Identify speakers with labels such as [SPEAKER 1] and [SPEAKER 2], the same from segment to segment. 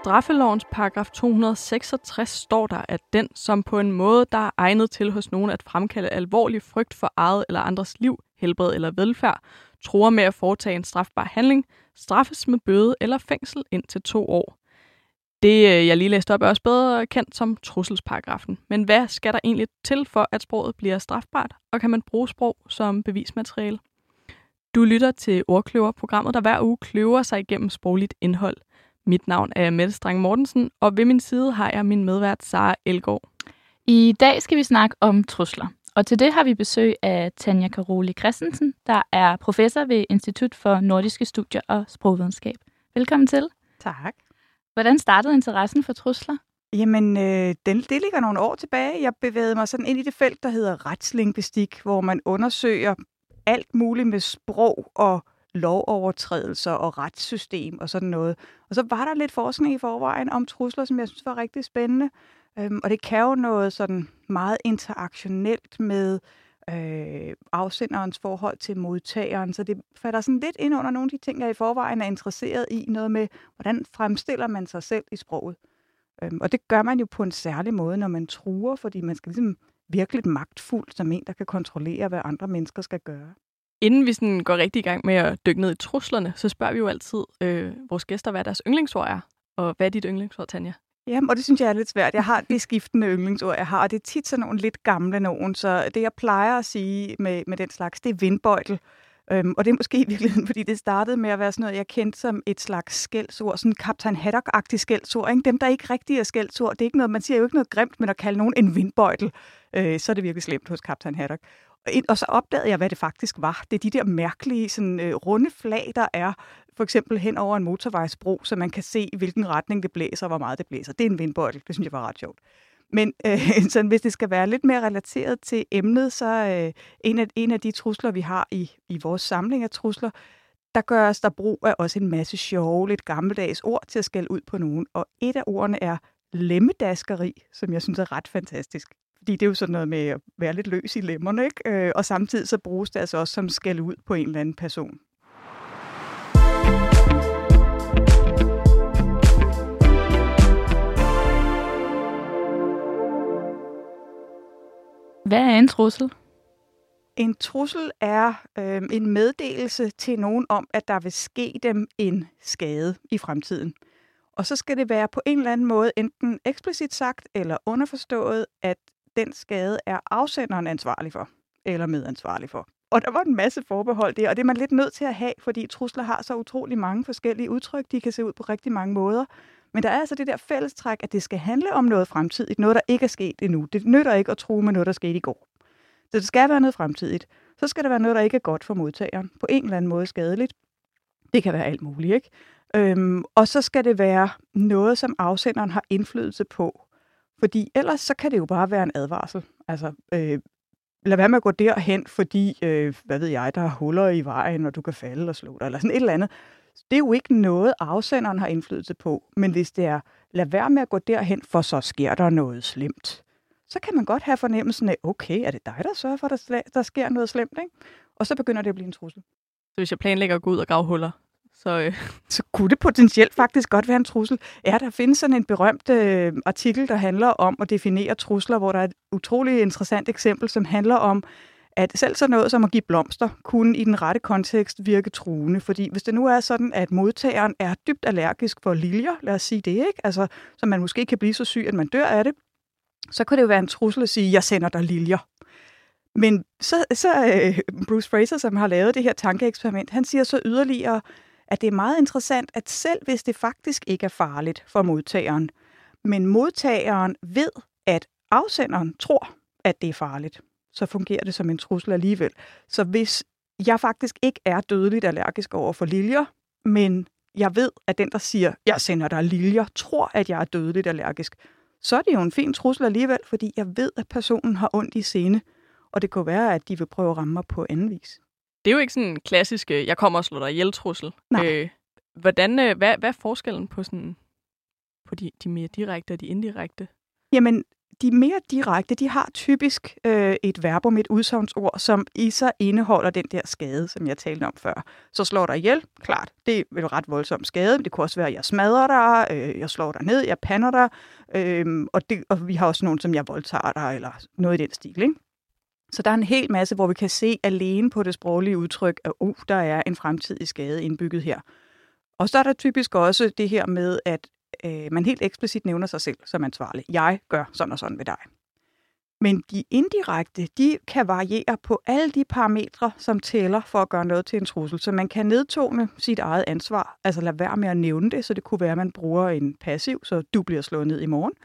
[SPEAKER 1] straffelovens paragraf 266 står der, at den, som på en måde, der er egnet til hos nogen at fremkalde alvorlig frygt for eget eller andres liv, helbred eller velfærd, truer med at foretage en strafbar handling, straffes med bøde eller fængsel indtil 2 år. Det, jeg lige læste op, er også bedre kendt som trusselsparagrafen. Men hvad skal der egentlig til for, at sproget bliver strafbart, og kan man bruge sprog som bevismateriale? Du lytter til Ordkløver, programmet, der hver uge kløver sig igennem sprogligt indhold. Mit navn er Mette Strang Mortensen, og ved min side har jeg min medvært Sara Elgaard.
[SPEAKER 2] I dag skal vi snakke om trusler, og til det har vi besøg af Tanja Caroli Christensen, der er professor ved Institut for Nordiske Studier og Sprogvidenskab. Velkommen til.
[SPEAKER 3] Tak.
[SPEAKER 2] Hvordan startede interessen for trusler?
[SPEAKER 3] Jamen, det ligger nogle år tilbage. Jeg bevægede mig sådan ind i det felt, der hedder retslingvistik, hvor man undersøger alt muligt med sprog og lovovertrædelser og retssystem og sådan noget. Og så var der lidt forskning i forvejen om trusler, som jeg synes var rigtig spændende. Og det kan jo noget sådan meget interaktionelt med afsenderens forhold til modtageren. Så det falder sådan lidt ind under nogle af de ting, jeg i forvejen er interesseret i. Noget med, hvordan fremstiller man sig selv i sproget. Og det gør man jo på en særlig måde, når man truer, fordi man skal ligesom virkelig magtfuldt som en, der kan kontrollere, hvad andre mennesker skal gøre.
[SPEAKER 1] Inden vi sådan går rigtig i gang med at dykke ned i truslerne, så spørger vi jo altid vores gæster, hvad deres yndlingsord er. Og hvad er dit yndlingsord, Tanja?
[SPEAKER 3] Jamen, og det synes jeg er lidt svært. Jeg har de skiftende yndlingsord, jeg har, og det er tit sådan nogle lidt gamle nogen. Så det, jeg plejer at sige med den slags, det er vindbøjtel. Og det er måske i virkeligheden, fordi det startede med at være sådan noget, jeg kendte som et slags skældsord, sådan Kaptajn Haddock-agtigt skældsord. Ikke? Dem, der ikke rigtig er skældsord, det er ikke noget, man siger jo ikke noget grimt, men at kalde nogen en vindbøjtel, så er det virkelig slemt hos Kaptajn Haddock. Og så opdagede jeg, hvad det faktisk var. Det er de der mærkelige sådan, runde flag, der er for eksempel hen over en motorvejsbro, så man kan se, i hvilken retning det blæser og hvor meget det blæser. Det er en vindbøjtel. Det synes jeg var ret sjovt. Men sådan, hvis det skal være lidt mere relateret til emnet, så en af de trusler, vi har i vores samling af trusler, der gøres der brug af også en masse sjove, lidt gammeldags ord til at skælde ud på nogen. Og et af ordene er lemmedaskeri, som jeg synes er ret fantastisk. Fordi det er jo sådan noget med at være lidt løs i lemmerne, ikke? Og samtidig så bruges det altså også som skæld ud på en eller anden person.
[SPEAKER 2] Hvad er en trussel?
[SPEAKER 3] En trussel er en meddelelse til nogen om, at der vil ske dem en skade i fremtiden. Og så skal det være på en eller anden måde enten eksplicit sagt eller underforstået, at den skade er afsenderen ansvarlig for, eller medansvarlig for. Og der var en masse forbehold der, og det er man lidt nødt til at have, fordi trusler har så utrolig mange forskellige udtryk. De kan se ud på rigtig mange måder. Men der er altså det der fællestræk, at det skal handle om noget fremtidigt, noget der ikke er sket endnu. Det nytter ikke at true med noget, der skete i går. Så det skal være noget fremtidigt. Så skal det være noget, der ikke er godt for modtageren. På en eller anden måde skadeligt. Det kan være alt muligt, ikke? Og så skal det være noget, som afsenderen har indflydelse på. Fordi ellers så kan det jo bare være en advarsel. Altså, lad være med at gå derhen, fordi, hvad ved jeg, der er huller i vejen, og du kan falde og slå dig, eller sådan et eller andet. Det er jo ikke noget, afsenderen har indflydelse på. Men hvis det er, lad være med at gå derhen, for så sker der noget slemt. Så kan man godt have fornemmelsen af, okay, er det dig, der sørger for, at der sker noget slemt, ikke? Og så begynder det at blive en trussel.
[SPEAKER 1] Så hvis jeg planlægger at gå ud og grave huller,
[SPEAKER 3] så kunne det potentielt faktisk godt være en trussel. Ja, der findes sådan en berømt artikel, der handler om at definere trusler, hvor der er et utroligt interessant eksempel, som handler om, at selv sådan noget som at give blomster, kunne i den rette kontekst virke truende. Fordi hvis det nu er sådan, at modtageren er dybt allergisk for liljer, lad os sige det, ikke? Altså, så man måske kan blive så syg, at man dør af det, så kunne det jo være en trussel at sige, jeg sender dig liljer. Men så Bruce Fraser, som har lavet det her tankeeksperiment, han siger så yderligere, at det er meget interessant, at selv hvis det faktisk ikke er farligt for modtageren, men modtageren ved, at afsenderen tror, at det er farligt, så fungerer det som en trussel alligevel. Så hvis jeg faktisk ikke er dødeligt allergisk over for liljer, men jeg ved, at den, der siger, jeg sender dig liljer, tror, at jeg er dødeligt allergisk, så er det jo en fin trussel alligevel, fordi jeg ved, at personen har ondt i sinde, og det kunne være, at de vil prøve at ramme mig på anden vis.
[SPEAKER 1] Det er jo ikke sådan en klassisk, jeg kommer og slår dig ihjel trussel. Hvad er forskellen på, sådan, på de mere direkte og de indirekte?
[SPEAKER 3] Jamen, de mere direkte, de har typisk et verbum, et udsagnsord, som i sig indeholder den der skade, som jeg talte om før. Så slår dig ihjel, klart, det er jo ret voldsom skade, men det kunne også være, at jeg smadrer dig, jeg slår dig ned, jeg pander dig, og vi har også nogen, som jeg voldtager dig, eller noget i den stil, ikke? Så der er en hel masse, hvor vi kan se alene på det sproglige udtryk, at der er en fremtidig skade indbygget her. Og så er der typisk også det her med, at man helt eksplicit nævner sig selv som ansvarlig. Jeg gør sådan og sådan ved dig. Men de indirekte, de kan variere på alle de parametre, som tæller for at gøre noget til en trussel. Så man kan nedtone sit eget ansvar, altså lade være med at nævne det, så det kunne være, at man bruger en passiv, så du bliver slået ned i morgen.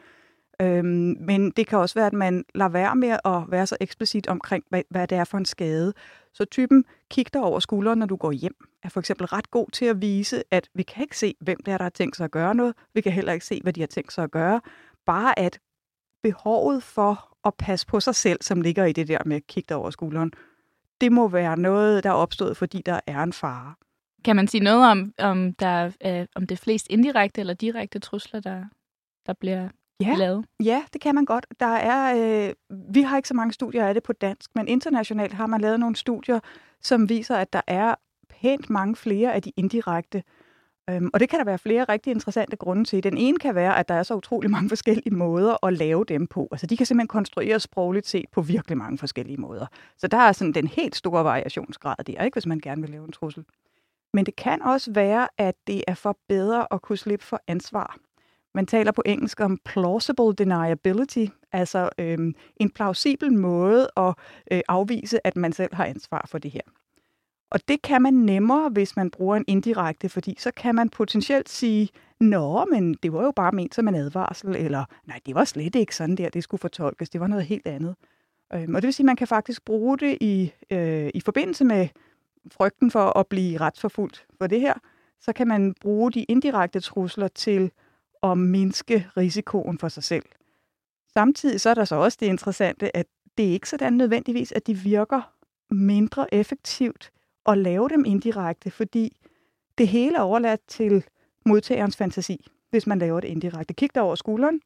[SPEAKER 3] Men det kan også være, at man lader være med at være så eksplicit omkring, hvad det er for en skade. Så typen kig dig over skulderen, når du går hjem, er for eksempel ret god til at vise, at vi kan ikke se, hvem det er, der har tænkt sig at gøre noget. Vi kan heller ikke se, hvad de har tænkt sig at gøre. Bare at behovet for at passe på sig selv, som ligger i det der med kig dig over skulderen, det må være noget, der er opstået, fordi der er en fare.
[SPEAKER 2] Kan man sige noget om det er flest indirekte eller direkte trusler, der bliver lavet?
[SPEAKER 3] Ja, det kan man godt. Der er, vi har ikke så mange studier af det på dansk, men internationalt har man lavet nogle studier, som viser, at der er pænt mange flere af de indirekte. Og det kan der være flere rigtig interessante grunde til. Den ene kan være, at der er så utrolig mange forskellige måder at lave dem på. Altså de kan simpelthen konstrueres sprogligt set på virkelig mange forskellige måder. Så der er sådan den helt store variationsgrad der, ikke, hvis man gerne vil lave en trussel. Men det kan også være, at det er for bedre at kunne slippe for ansvar. Man taler på engelsk om plausible deniability, altså en plausibel måde at afvise, at man selv har ansvar for det her. Og det kan man nemmere, hvis man bruger en indirekte, fordi så kan man potentielt sige, nå, men det var jo bare ment som en advarsel, eller nej, det var slet ikke sådan der, det skulle fortolkes, det var noget helt andet. Og det vil sige, at man kan faktisk bruge det i forbindelse med frygten for at blive retsforfulgt for det her, så kan man bruge de indirekte trusler til at mindske risikoen for sig selv. Samtidig så er der så også det interessante, at det ikke er sådan nødvendigvis, at de virker mindre effektivt at lave dem indirekte, fordi det hele er overladt til modtagerens fantasi, hvis man laver det indirekte. Kig der over skulderen.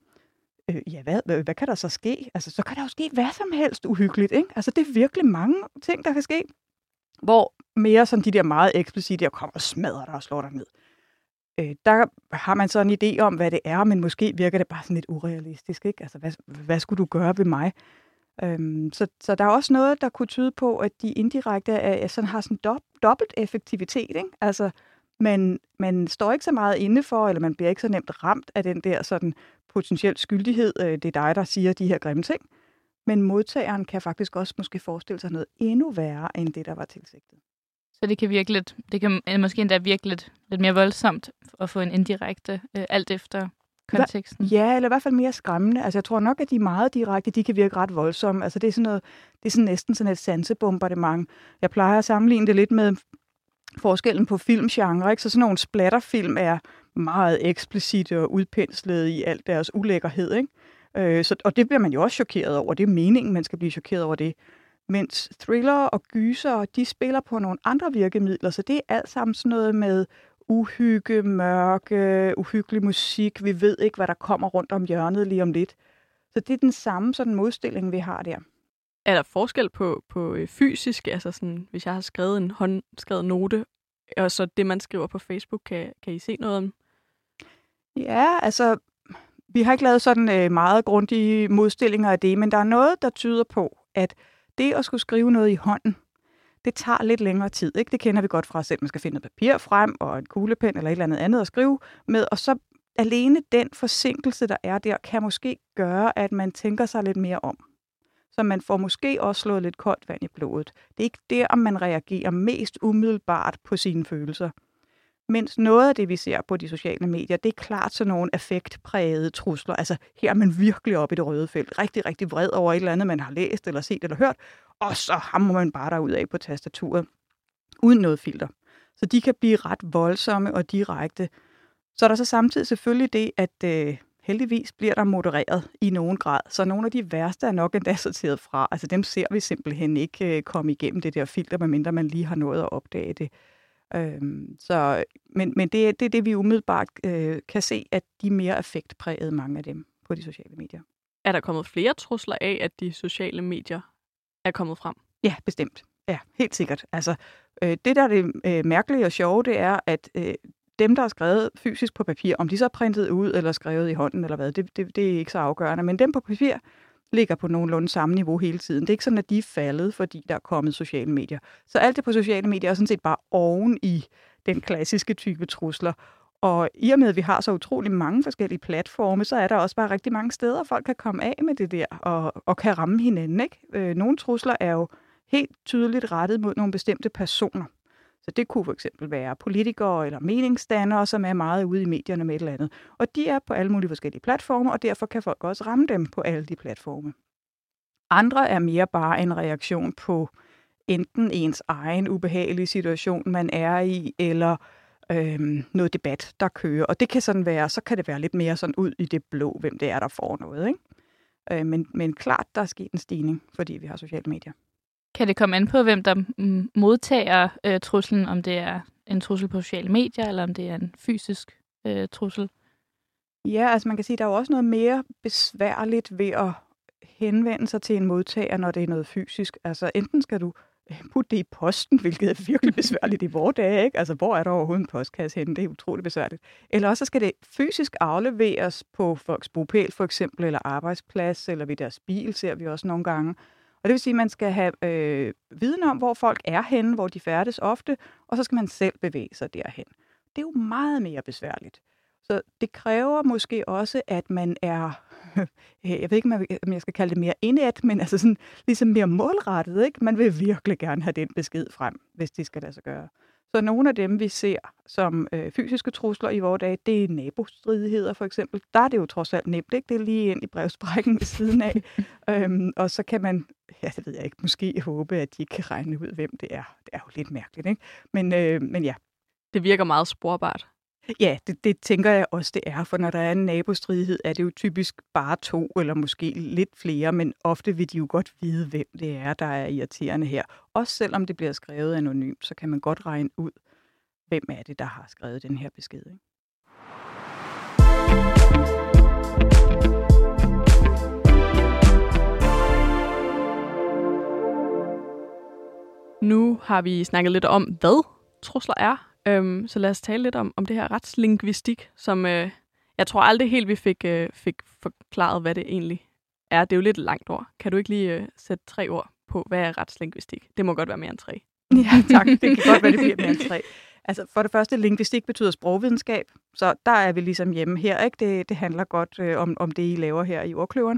[SPEAKER 3] Hvad kan der så ske? Altså, så kan der jo ske hvad som helst uhyggeligt, ikke? Altså, det er virkelig mange ting, der kan ske, hvor mere sådan de der meget eksplicite, jeg kommer og smadrer dig og slår dig ned. Der har man så en idé om, hvad det er, men måske virker det bare sådan lidt urealistisk, ikke? Altså, hvad skulle du gøre ved mig? Så der er også noget, der kunne tyde på, at de indirekte har sådan dobbelt effektivitet, ikke? Altså, man står ikke så meget inde for, eller man bliver ikke så nemt ramt af den der sådan potentielt skyldighed. Det er dig, der siger de her grimme ting. Men modtageren kan faktisk også måske forestille sig noget endnu værre, end det, der var tilsigtet.
[SPEAKER 2] Så det kan måske endda virke lidt mere voldsomt at få en indirekte, alt efter konteksten.
[SPEAKER 3] Ja, eller i hvert fald mere skræmmende. Altså jeg tror nok, at de meget direkte, de kan virke ret voldsomme. Altså det er sådan næsten sådan et sansebombardement. Jeg plejer at sammenligne det lidt med forskellen på filmgenre, ikke? Så sådan nogle splatterfilm er meget eksplicite og udpenslede i alt deres ulækkerhed, ikke? Og det bliver man jo også chokeret over. Det er meningen, man skal blive chokeret over det. Mens thriller og gyser, de spiller på nogle andre virkemidler, så det er alt sammen sådan noget med uhygge, mørke, uhyggelig musik. Vi ved ikke, hvad der kommer rundt om hjørnet lige om lidt. Så det er den samme sådan modstilling, vi har der.
[SPEAKER 1] Er der forskel på fysisk, altså sådan, hvis jeg har skrevet en håndskrevet note, og så det, man skriver på Facebook, kan I se noget om?
[SPEAKER 3] Ja, altså, vi har ikke lavet sådan meget grundige modstillinger af det, men der er noget, der tyder på, at det at skulle skrive noget i hånden, det tager lidt længere tid, ikke? Det kender vi godt fra os selv. Man skal finde noget papir frem og en kuglepen eller et eller andet at skrive med, og så alene den forsinkelse, der er der, kan måske gøre, at man tænker sig lidt mere om. Så man får måske også slået lidt koldt vand i blodet. Det er ikke der, om man reagerer mest umiddelbart på sine følelser. Mens noget af det, vi ser på de sociale medier, det er klart sådan nogle affektprægede trusler. Altså her er man virkelig oppe i det røde felt. Rigtig, rigtig vred over et eller andet, man har læst eller set eller hørt. Og så hammer man bare derud af på tastaturet. Uden noget filter. Så de kan blive ret voldsomme og direkte. Så er der så samtidig selvfølgelig det, at heldigvis bliver der modereret i nogen grad. Så nogle af de værste er nok endda sorteret fra. Altså dem ser vi simpelthen ikke komme igennem det der filter, medmindre man lige har nået at opdage det. Men det er det, vi umiddelbart kan se, at de er mere affektprægede, mange af dem, på de sociale medier.
[SPEAKER 1] Er der kommet flere trusler af, at de sociale medier er kommet frem?
[SPEAKER 3] Ja, bestemt. Ja, helt sikkert. Altså, det, der er det mærkelige og sjove, det er, at dem, der er skrevet fysisk på papir, om de så er printet ud eller skrevet i hånden eller hvad, det er ikke så afgørende. Men dem på papir ligger på nogenlunde samme niveau hele tiden. Det er ikke sådan, at de er faldet, fordi der er kommet sociale medier. Så alt det på sociale medier er sådan set bare oven i den klassiske type trusler. Og i og med, at vi har så utrolig mange forskellige platforme, så er der også bare rigtig mange steder, folk kan komme af med det der og kan ramme hinanden. Ikke? Nogle trusler er jo helt tydeligt rettet mod nogle bestemte personer. Så det kunne for eksempel være politikere eller meningsdannere, som er meget ude i medierne med et eller andet. Og de er på alle mulige forskellige platforme, og derfor kan folk også ramme dem på alle de platforme. Andre er mere bare en reaktion på enten ens egen ubehagelige situation, man er i, eller noget debat, der kører. Og det kan sådan være, så kan det være lidt mere sådan ud i det blå, hvem det er, der får noget. Ikke? Men klart, der er sket en stigning, fordi vi har sociale medier.
[SPEAKER 2] Kan det komme an på, hvem der modtager truslen, om det er en trussel på sociale medier, eller om det er en fysisk trussel?
[SPEAKER 3] Ja, altså man kan sige, at der er jo også noget mere besværligt ved at henvende sig til en modtager, når det er noget fysisk. Altså enten skal du putte det i posten, hvilket er virkelig besværligt i vores dage, ikke? Altså hvor er der overhovedet en postkasse henne? Det er utroligt besværligt. Eller også skal det fysisk afleveres på folks bopæl for eksempel, eller arbejdsplads, eller ved deres bil, ser vi også nogle gange. Og det vil sige, at man skal have viden om, hvor folk er henne, hvor de færdes ofte, og så skal man selv bevæge sig derhen. Det er jo meget mere besværligt. Så det kræver måske også, at man er, jeg ved ikke, om jeg skal kalde det mere indet, men altså sådan, ligesom mere målrettet. Ikke? Man vil virkelig gerne have den besked frem, hvis det skal lade sig gøre. Så nogle af dem, vi ser som fysiske trusler i vores dage, det er nabostridigheder for eksempel. Der er det jo trods alt nemt, ikke? Det er lige ind i brevsprækken ved siden af. Og så kan man, ja, det ved jeg ikke, måske håbe, at de ikke kan regne ud, hvem det er. Det er jo lidt mærkeligt, ikke? Men ja.
[SPEAKER 1] Det virker meget sporbart.
[SPEAKER 3] Ja, det tænker jeg også, det er. For når der er en nabostridighed, er det jo typisk bare 2 eller måske lidt flere, men ofte vil de jo godt vide, hvem det er, der er irriterende her. Også selvom det bliver skrevet anonymt, så kan man godt regne ud, hvem er det, der har skrevet den her besked. Ikke?
[SPEAKER 1] Nu har vi snakket lidt om, hvad trusler er. Så lad os tale lidt om det her retslingvistik, som jeg tror aldrig helt, vi fik forklaret, hvad det egentlig er. Det er jo lidt langt ord. Kan du ikke lige sætte 3 ord på, hvad er retslingvistik? Det må godt være mere end 3.
[SPEAKER 3] Ja, tak. Det kan godt være, det bliver mere end 3. Altså, for det første, lingvistik betyder sprogvidenskab, så der er vi ligesom hjemme her. Ikke? Det handler godt om det, I laver her i Ordkløveren.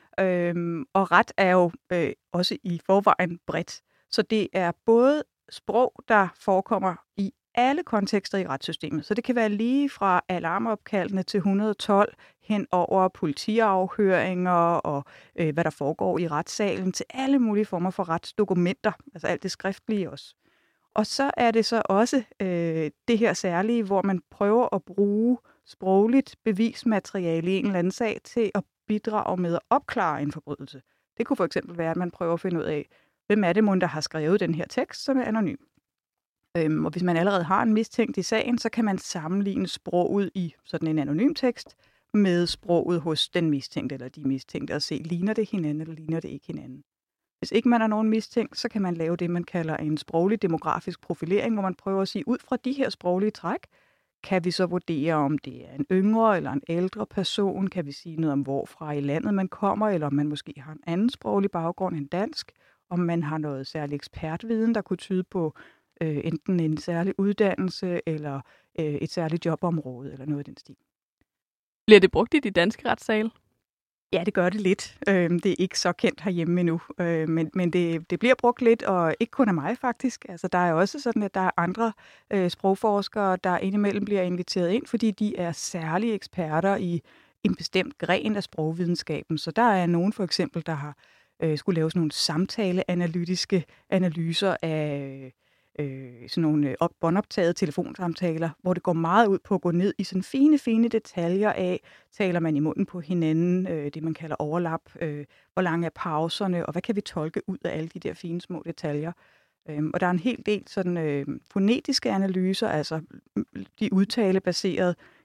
[SPEAKER 3] Og ret er jo også i forvejen bredt. Så det er både sprog, der forekommer i alle kontekster i retssystemet. Så det kan være lige fra alarmopkaldene til 112 hen over politiafhøringer og hvad der foregår i retssalen til alle mulige former for retsdokumenter, altså alt det skriftlige også. Og så er det så også det her særlige, hvor man prøver at bruge sprogligt bevismateriale i en eller anden sag til at bidrage med at opklare en forbrydelse. Det kunne for eksempel være, at man prøver at finde ud af, hvem er det, der har skrevet den her tekst, som er anonym. Og hvis man allerede har en mistænkt i sagen, så kan man sammenligne sproget i sådan en anonym tekst med sproget hos den mistænkte eller de mistænkte og se, ligner det hinanden eller ligner det ikke hinanden. Hvis ikke man har nogen mistænkt, så kan man lave det, man kalder en sproglig demografisk profilering, hvor man prøver at sige, ud fra de her sproglige træk, kan vi så vurdere, om det er en yngre eller en ældre person, kan vi sige noget om, hvorfra i landet man kommer, eller om man måske har en anden sproglig baggrund end dansk, om man har noget særlig ekspertviden, der kunne tyde på enten en særlig uddannelse eller et særligt jobområde eller noget i den stil.
[SPEAKER 1] Bliver det brugt i de danske retssale?
[SPEAKER 3] Ja, det gør det lidt. Det er ikke så kendt herhjemme endnu, men det bliver brugt lidt, og ikke kun af mig faktisk. Altså, der er også sådan, at der er andre sprogforskere, der indimellem bliver inviteret ind, fordi de er særlige eksperter i en bestemt gren af sprogvidenskaben. Så der er nogen for eksempel, der har skulle lave sådan nogle samtaleanalytiske analyser af sådan nogle båndoptagede telefonsamtaler, hvor det går meget ud på at gå ned i sådan fine detaljer af, taler man i munden på hinanden, det man kalder overlap, hvor lange er pauserne, og hvad kan vi tolke ud af alle de der fine små detaljer. Og der er en hel del sådan fonetiske analyser, altså de udtalebaserede,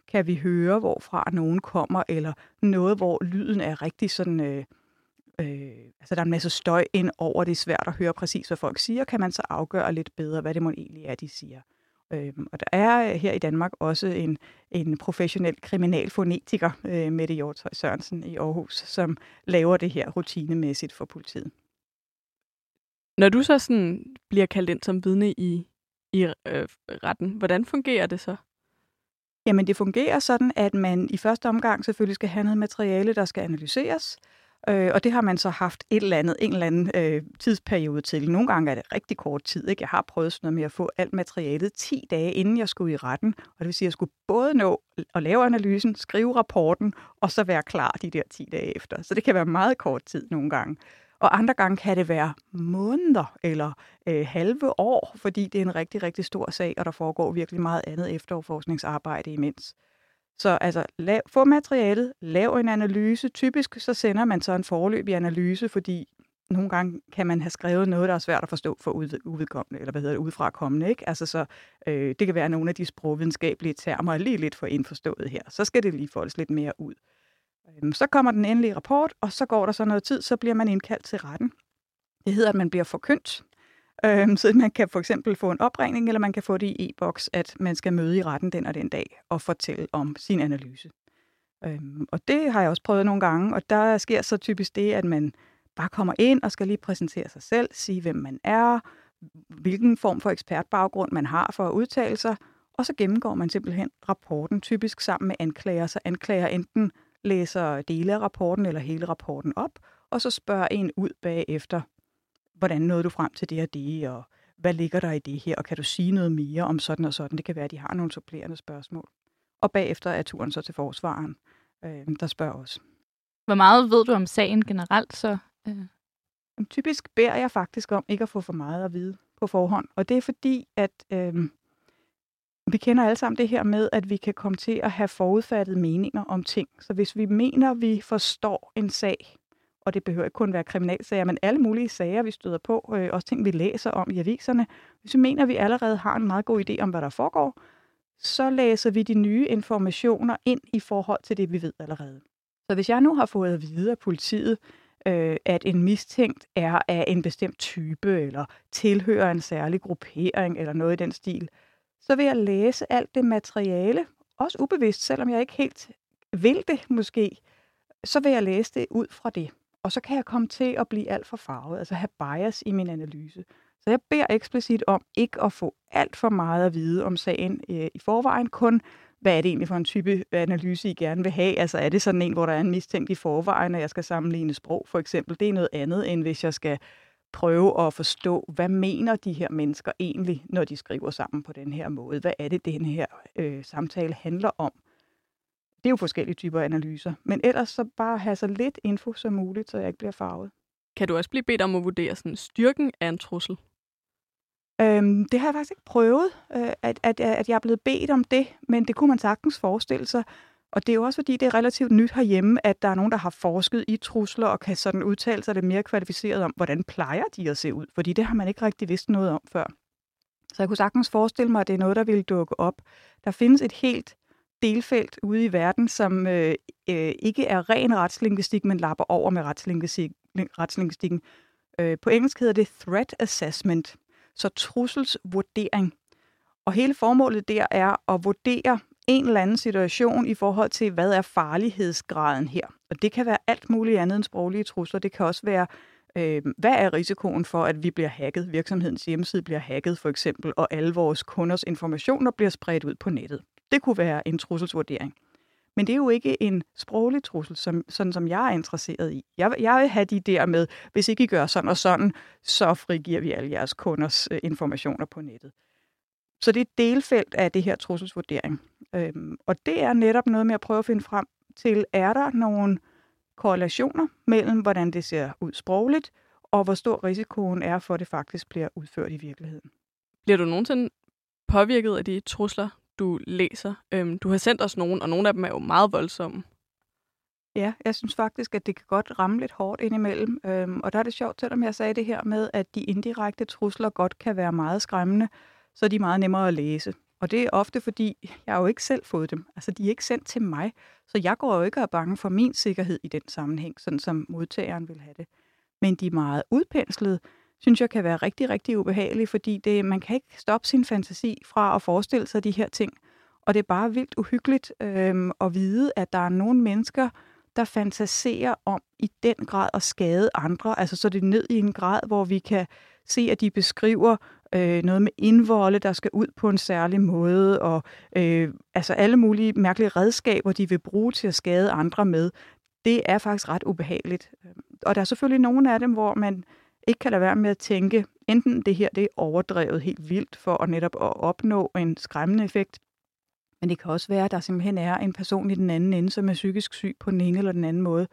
[SPEAKER 3] Kan vi høre, hvorfra nogen kommer, eller noget, hvor lyden er rigtig sådan... altså der er en masse støj ind over, det er svært at høre præcis, hvad folk siger, kan man så afgøre lidt bedre, hvad det må egentlig er, de siger. Og der er her i Danmark også en professionel kriminalfonetiker, Mette Hjortøj Sørensen i Aarhus, som laver det her rutinemæssigt for politiet.
[SPEAKER 1] Når du så sådan bliver kaldt ind som vidne i retten, hvordan fungerer det så?
[SPEAKER 3] Jamen det fungerer sådan, at man i første omgang selvfølgelig skal have noget materiale, der skal analyseres, og det har man så haft en eller anden tidsperiode til. Nogle gange er det rigtig kort tid. Ikke? Jeg har prøvet sådan noget med at få alt materialet 10 dage, inden jeg skulle i retten. Og det vil sige, at jeg skulle både nå at lave analysen, skrive rapporten, og så være klar de der 10 dage efter. Så det kan være meget kort tid nogle gange. Og andre gange kan det være måneder eller halve år, fordi det er en rigtig, rigtig stor sag, og der foregår virkelig meget andet efterforskningsarbejde imens. Så altså, få materialet, lav en analyse. Typisk så sender man så en foreløbig analyse, fordi nogle gange kan man have skrevet noget, der er svært at forstå for udkommende, eller udefrakommende, ikke? Altså så, det kan være nogle af de sprogvidenskabelige termer er lige lidt for indforstået her. Så skal det lige foldes lidt mere ud. Så kommer den endelige rapport, og så går der så noget tid, så bliver man indkaldt til retten. Det hedder, at man bliver forkyndt. Så man kan for eksempel få en opringning, eller man kan få det i e-boks, at man skal møde i retten den og den dag og fortælle om sin analyse. Og det har jeg også prøvet nogle gange, og der sker så typisk det, at man bare kommer ind og skal lige præsentere sig selv, sige hvem man er, hvilken form for ekspertbaggrund man har for at udtale sig, og så gennemgår man simpelthen rapporten, typisk sammen med anklager, så anklager enten læser dele af rapporten eller hele rapporten op, og så spørger en ud bagefter, hvordan nåede du frem til det og det, og hvad ligger der i det her, og kan du sige noget mere om sådan og sådan? Det kan være, at de har nogle supplerende spørgsmål. Og bagefter er turen så til forsvareren, der spørger os.
[SPEAKER 2] Hvor meget ved du om sagen generelt så?
[SPEAKER 3] Typisk beder jeg faktisk om ikke at få for meget at vide på forhånd, og det er fordi, at vi kender alle sammen det her med, at vi kan komme til at have forudfattede meninger om ting. Så hvis vi mener, at vi forstår en sag, og det behøver ikke kun være kriminalsager, men alle mulige sager, vi støder på, også ting, vi læser om i aviserne. Hvis vi mener, at vi allerede har en meget god idé om, hvad der foregår, så læser vi de nye informationer ind i forhold til det, vi ved allerede. Så hvis jeg nu har fået at vide af politiet, at en mistænkt er af en bestemt type, eller tilhører en særlig gruppering, eller noget i den stil, så vil jeg læse alt det materiale, også ubevidst, selvom jeg ikke helt vil det måske, så vil jeg læse det ud fra det. Og så kan jeg komme til at blive alt for farvet, altså have bias i min analyse. Så jeg beder eksplicit om ikke at få alt for meget at vide om sagen i forvejen, kun hvad er det egentlig for en type analyse, I gerne vil have? Altså er det sådan en, hvor der er en mistænkt i forvejen, og jeg skal sammenligne sprog for eksempel? Det er noget andet, end hvis jeg skal prøve at forstå, hvad mener de her mennesker egentlig, når de skriver sammen på den her måde? Hvad er det, den her samtale handler om? Det er jo forskellige typer analyser, men ellers så bare have så lidt info som muligt, så jeg ikke bliver farvet.
[SPEAKER 1] Kan du også blive bedt om at vurdere sådan styrken af en trussel?
[SPEAKER 3] Det har jeg faktisk ikke prøvet, at jeg er blevet bedt om det, men det kunne man sagtens forestille sig. Og det er jo også, fordi det er relativt nyt herhjemme, at der er nogen, der har forsket i trusler og kan sådan udtale sig lidt mere kvalificeret om, hvordan plejer de at se ud, fordi det har man ikke rigtig vidst noget om før. Så jeg kunne sagtens forestille mig, at det er noget, der ville dukke op. Der findes et helt delfelt ude i verden, som ikke er ren retslingvistik, men lapper over med retslingvistikken. På engelsk hedder det threat assessment, så trusselsvurdering. Og hele formålet der er at vurdere en eller anden situation i forhold til, hvad er farlighedsgraden her. Og det kan være alt muligt andet end sproglige trusler. Det kan også være, hvad er risikoen for, at vi bliver hacket, virksomhedens hjemmeside bliver hacket for eksempel, og alle vores kunders informationer bliver spredt ud på nettet. Det kunne være en trusselsvurdering. Men det er jo ikke en sproglig trussel, sådan som jeg er interesseret i. Jeg vil have de der med, hvis ikke I gør sådan og sådan, så frigiver vi alle jeres kunders informationer på nettet. Så det er et delfelt af det her trusselsvurdering. Og det er netop noget med at prøve at finde frem til, er der nogle korrelationer mellem, hvordan det ser ud sprogligt, og hvor stor risikoen er for, at det faktisk bliver udført i virkeligheden.
[SPEAKER 1] Bliver du nogensinde påvirket af de trusler, du læser? Du har sendt os nogle, og nogle af dem er jo meget voldsomme.
[SPEAKER 3] Ja, jeg synes faktisk, at det kan godt ramme lidt hårdt indimellem. Og der er det sjovt, selvom jeg sagde det her med, at de indirekte trusler godt kan være meget skræmmende, så er de meget nemmere at læse. Og det er ofte, fordi jeg har jo ikke selv fået dem. Altså, de er ikke sendt til mig. Så jeg går jo ikke og er bange for min sikkerhed i den sammenhæng, sådan som modtageren vil have det. Men de meget udpenslede, synes jeg kan være rigtig, rigtig ubehagelige, fordi man kan ikke stoppe sin fantasi fra at forestille sig de her ting. Og det er bare vildt uhyggeligt at vide, at der er nogle mennesker, der fantaserer om i den grad at skade andre. Altså så er det ned i en grad, hvor vi kan se, at de beskriver noget med indvolde, der skal ud på en særlig måde, og altså alle mulige mærkelige redskaber, de vil bruge til at skade andre med. Det er faktisk ret ubehageligt. Og der er selvfølgelig nogle af dem, hvor man ikke kan lade være med at tænke, enten det her det er overdrevet helt vildt for at netop at opnå en skræmmende effekt, men det kan også være, at der simpelthen er en person i den anden ende, som er psykisk syg på den ene eller den anden måde.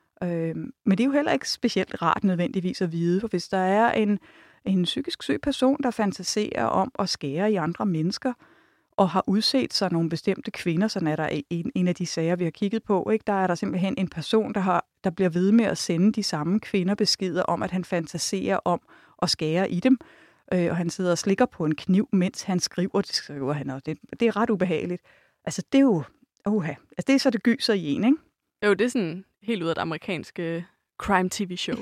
[SPEAKER 3] Men det er jo heller ikke specielt rart nødvendigvis at vide, for hvis der er en psykisk syg person, der fantaserer om at skære i andre mennesker, og har udset sig nogle bestemte kvinder, sådan er der en af de sager, vi har kigget på, ikke? Der er der simpelthen en person, der bliver ved med at sende de samme kvinder beskeder om, at han fantaserer om at skære i dem, og han sidder og slikker på en kniv, mens han skriver, det skriver han også. Det er ret ubehageligt. Altså, det er jo, altså, det er så det gyser i en, ikke?
[SPEAKER 1] Jo, det er sådan helt ud af det amerikanske crime-tv-show.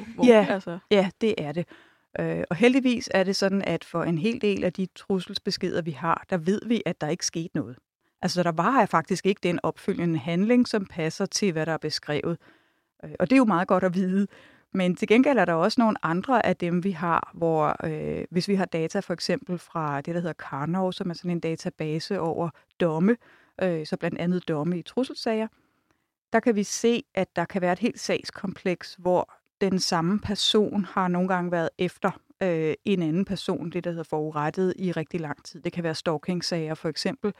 [SPEAKER 3] Ja, det er det. Og heldigvis er det sådan, at for en hel del af de trusselsbeskeder, vi har, der ved vi, at der ikke skete noget. Altså, der var faktisk ikke den opfølgende handling, som passer til, hvad der er beskrevet. Og det er jo meget godt at vide. Men til gengæld er der også nogle andre af dem, vi har, hvor hvis vi har data for eksempel fra det, der hedder Karnov, som er sådan en database over domme, så blandt andet domme i trusselssager, der kan vi se, at der kan være et helt sagskompleks, hvor den samme person har nogle gange været efter en anden person, det der hedder forurettet, i rigtig lang tid. Det kan være stalking-sager for eksempel,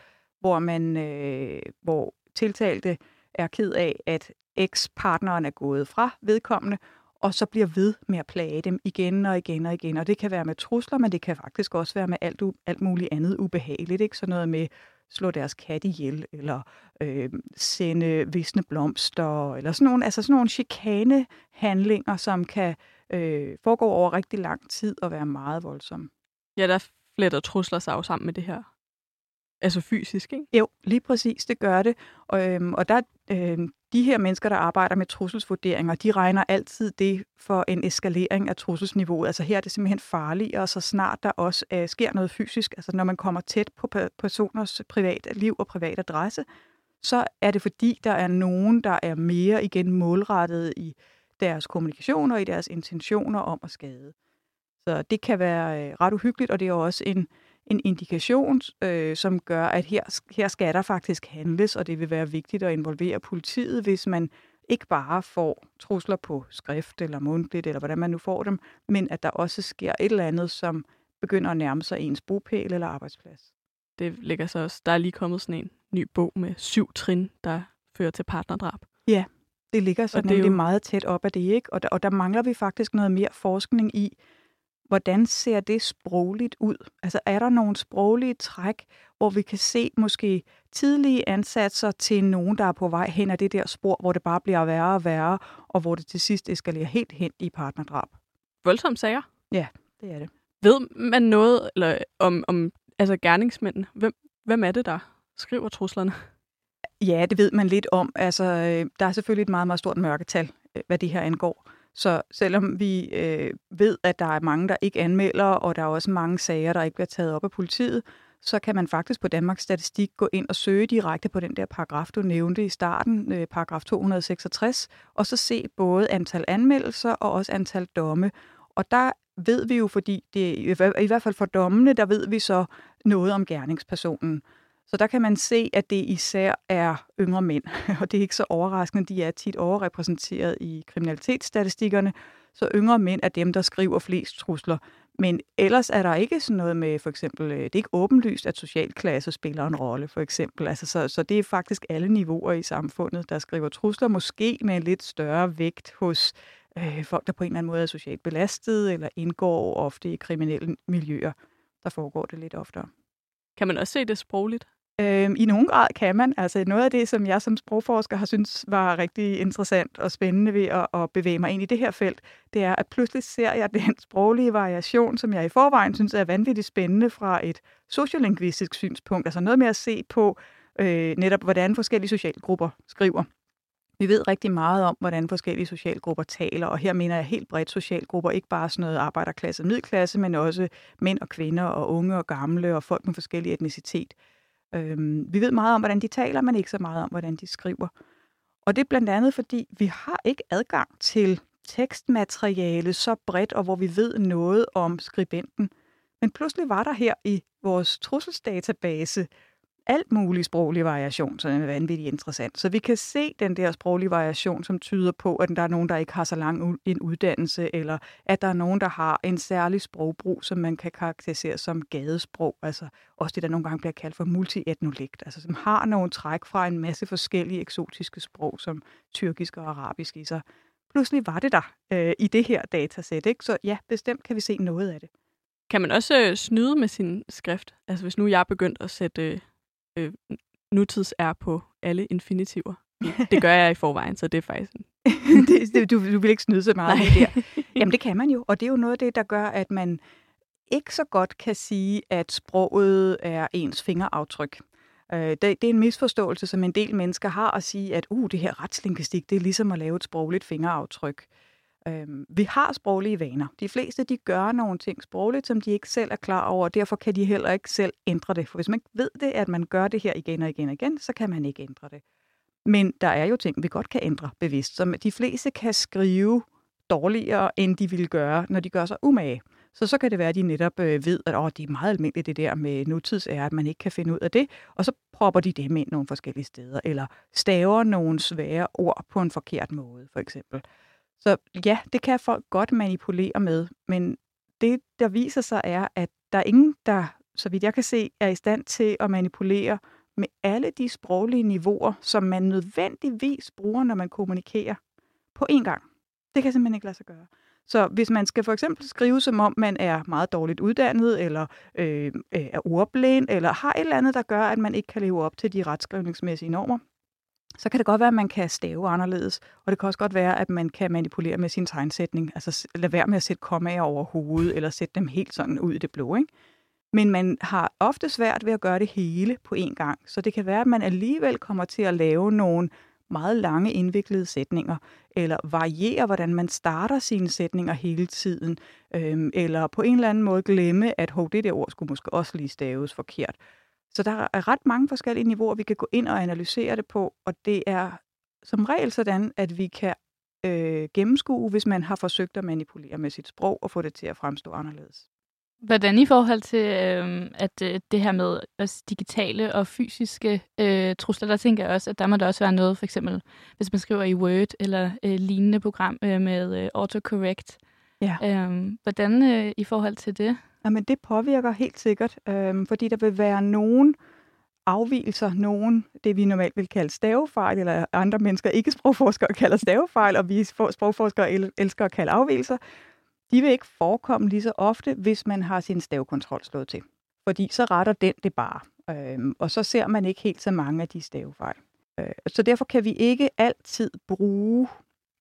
[SPEAKER 3] hvor tiltalte er ked af, at ekspartneren er gået fra vedkommende, og så bliver ved med at plage dem igen og igen og igen. Og det kan være med trusler, men det kan faktisk også være med alt muligt andet ubehageligt. Ikke? Sådan noget med slå deres kat ihjel, eller sende visne blomster, eller sådan nogle chikanehandlinger, som kan foregå over rigtig lang tid og være meget voldsomme.
[SPEAKER 1] Ja, der fletter trusler sig jo sammen med det her. Altså fysisk, ikke?
[SPEAKER 3] Jo, lige præcis, det gør det. Og der de her mennesker, der arbejder med trusselsvurderinger, de regner altid det for en eskalering af trusselsniveauet. Altså her er det simpelthen farligere, så snart der også sker noget fysisk. Altså når man kommer tæt på personers private liv og privat adresse, så er det fordi, der er nogen, der er mere igen målrettet i deres kommunikation og i deres intentioner om at skade. Så det kan være ret uhyggeligt, og det er også en indikation, som gør, at her skal der faktisk handles, og det vil være vigtigt at involvere politiet, hvis man ikke bare får trusler på skrift eller mundtligt, eller hvordan man nu får dem, men at der også sker et eller andet, som begynder at nærme sig ens bopæl eller arbejdsplads.
[SPEAKER 1] Det ligger så også. Der er lige kommet sådan en ny bog med 7 trin, der fører til partnerdrab.
[SPEAKER 3] Ja, det ligger så nemlig meget tæt op af det, ikke? Og der mangler vi faktisk noget mere forskning i, hvordan ser det sprogligt ud? Altså er der nogle sproglige træk, hvor vi kan se måske tidlige ansatser til nogen, der er på vej hen ad det der spor, hvor det bare bliver værre og værre, og hvor det til sidst eskalerer helt hen i partnerdrab?
[SPEAKER 1] Voldsomme sager?
[SPEAKER 3] Ja, det er det.
[SPEAKER 1] Ved man noget eller om altså gerningsmændene? Hvem er det, der skriver truslerne? Ja,
[SPEAKER 3] det ved man lidt om. Altså, der er selvfølgelig et meget, meget stort mørketal, hvad det her angår. Så selvom vi ved, at der er mange, der ikke anmelder, og der er også mange sager, der ikke bliver taget op af politiet, så kan man faktisk på Danmarks Statistik gå ind og søge direkte på den der paragraf, du nævnte i starten, paragraf 266, og så se både antal anmeldelser og også antal domme. Og der ved vi jo, fordi det i hvert fald for dommene, der ved vi så noget om gerningspersonen. Så der kan man se, at det især er yngre mænd, og det er ikke så overraskende. De er tit overrepræsenteret i kriminalitetsstatistikkerne, så yngre mænd er dem, der skriver flest trusler. Men ellers er der ikke sådan noget med, for eksempel, det er ikke åbenlyst, at socialklasse spiller en rolle, for eksempel. Altså, så det er faktisk alle niveauer i samfundet, der skriver trusler, måske med en lidt større vægt hos folk, der på en eller anden måde er socialt belastet, eller indgår ofte i kriminelle miljøer. Der foregår det lidt oftere.
[SPEAKER 1] Kan man også se det sprogligt?
[SPEAKER 3] I nogen grad kan man. Altså noget af det, som jeg som sprogforsker har syntes var rigtig interessant og spændende ved at bevæge mig ind i det her felt, det er, at pludselig ser jeg den sproglige variation, som jeg i forvejen synes er vanvittigt spændende fra et sociolingvistisk synspunkt. Altså noget med at se på netop, hvordan forskellige socialgrupper skriver. Vi ved rigtig meget om, hvordan forskellige socialgrupper taler, og her mener jeg helt bredt socialgrupper, ikke bare sådan noget arbejderklasse og middelklasse, men også mænd og kvinder og unge og gamle og folk med forskellig etnicitet. Vi ved meget om, hvordan de taler, men ikke så meget om, hvordan de skriver. Og det er blandt andet, fordi vi har ikke adgang til tekstmateriale så bredt, og hvor vi ved noget om skribenten. Men pludselig var der her i vores trusselsdatabase alt mulig sproglig variation, som er vanvittigt interessant. Så vi kan se den der sproglige variation, som tyder på, at der er nogen, der ikke har så lang en uddannelse, eller at der er nogen, der har en særlig sprogbrug, som man kan karakterisere som gadesprog, altså også det, der nogle gange bliver kaldt for multietnolekt, altså som har nogle træk fra en masse forskellige eksotiske sprog, som tyrkisk og arabisk i sig. Pludselig var det der i det her datasæt, ikke? Så ja, bestemt kan vi se noget af det.
[SPEAKER 1] Kan man også snyde med sin skrift? Altså hvis nu jeg er begyndt at sætte nutids-r på alle infinitiver. Det gør jeg i forvejen, så det er faktisk...
[SPEAKER 3] du vil ikke snyde så meget med der. Jamen det kan man jo, og det er jo noget af det, der gør, at man ikke så godt kan sige, at sproget er ens fingeraftryk. Det er en misforståelse, som en del mennesker har at sige, at det her retslingvistik, det er ligesom at lave et sprogligt fingeraftryk. Vi har sproglige vaner. De fleste, de gør nogle ting sprogligt, som de ikke selv er klar over, og derfor kan de heller ikke selv ændre det. For hvis man ikke ved det, at man gør det her igen og igen og igen, så kan man ikke ændre det. Men der er jo ting, vi godt kan ændre bevidst, som de fleste kan skrive dårligere, end de ville gøre, når de gør sig umage. Så kan det være, at de netop ved, at det er meget almindeligt det der med nutids er, at man ikke kan finde ud af det, og så propper de dem ind nogle forskellige steder, eller staver nogle svære ord på en forkert måde, for eksempel. Så ja, det kan folk godt manipulere med, men det, der viser sig, er, at der er ingen, der, så vidt jeg kan se, er i stand til at manipulere med alle de sproglige niveauer, som man nødvendigvis bruger, når man kommunikerer på én gang. Det kan simpelthen ikke lade sig gøre. Så hvis man skal for eksempel skrive, som om man er meget dårligt uddannet, eller er ordblind, eller har et eller andet, der gør, at man ikke kan leve op til de retskrivningsmæssige normer, så kan det godt være, at man kan stave anderledes, og det kan også godt være, at man kan manipulere med sin tegnsætning, altså lade være med at sætte kommaer over hovedet, eller sætte dem helt sådan ud i det blå, ikke? Men man har ofte svært ved at gøre det hele på én gang, så det kan være, at man alligevel kommer til at lave nogle meget lange indviklede sætninger, eller variere, hvordan man starter sine sætninger hele tiden, eller på en eller anden måde glemme, at det der ord skulle måske også lige staves forkert. Så der er ret mange forskellige niveauer, vi kan gå ind og analysere det på, og det er som regel sådan, at vi kan gennemskue, hvis man har forsøgt at manipulere med sit sprog og få det til at fremstå anderledes.
[SPEAKER 2] Hvordan i forhold til at det her med også digitale og fysiske trusler, der tænker jeg også, at der må der også være noget, for eksempel hvis man skriver i Word eller lignende program med autocorrect.
[SPEAKER 3] Ja.
[SPEAKER 2] Hvordan i forhold til det?
[SPEAKER 3] Jamen det påvirker helt sikkert, fordi der vil være nogen afvigelser, det vi normalt vil kalde stavefejl, eller andre mennesker, ikke sprogforskere, kalder stavefejl, og vi sprogforskere elsker at kalde afvigelser. De vil ikke forekomme lige så ofte, hvis man har sin stavekontrol slået til. Fordi så retter den det bare. Og så ser man ikke helt så mange af de stavefejl. Så derfor kan vi ikke altid bruge,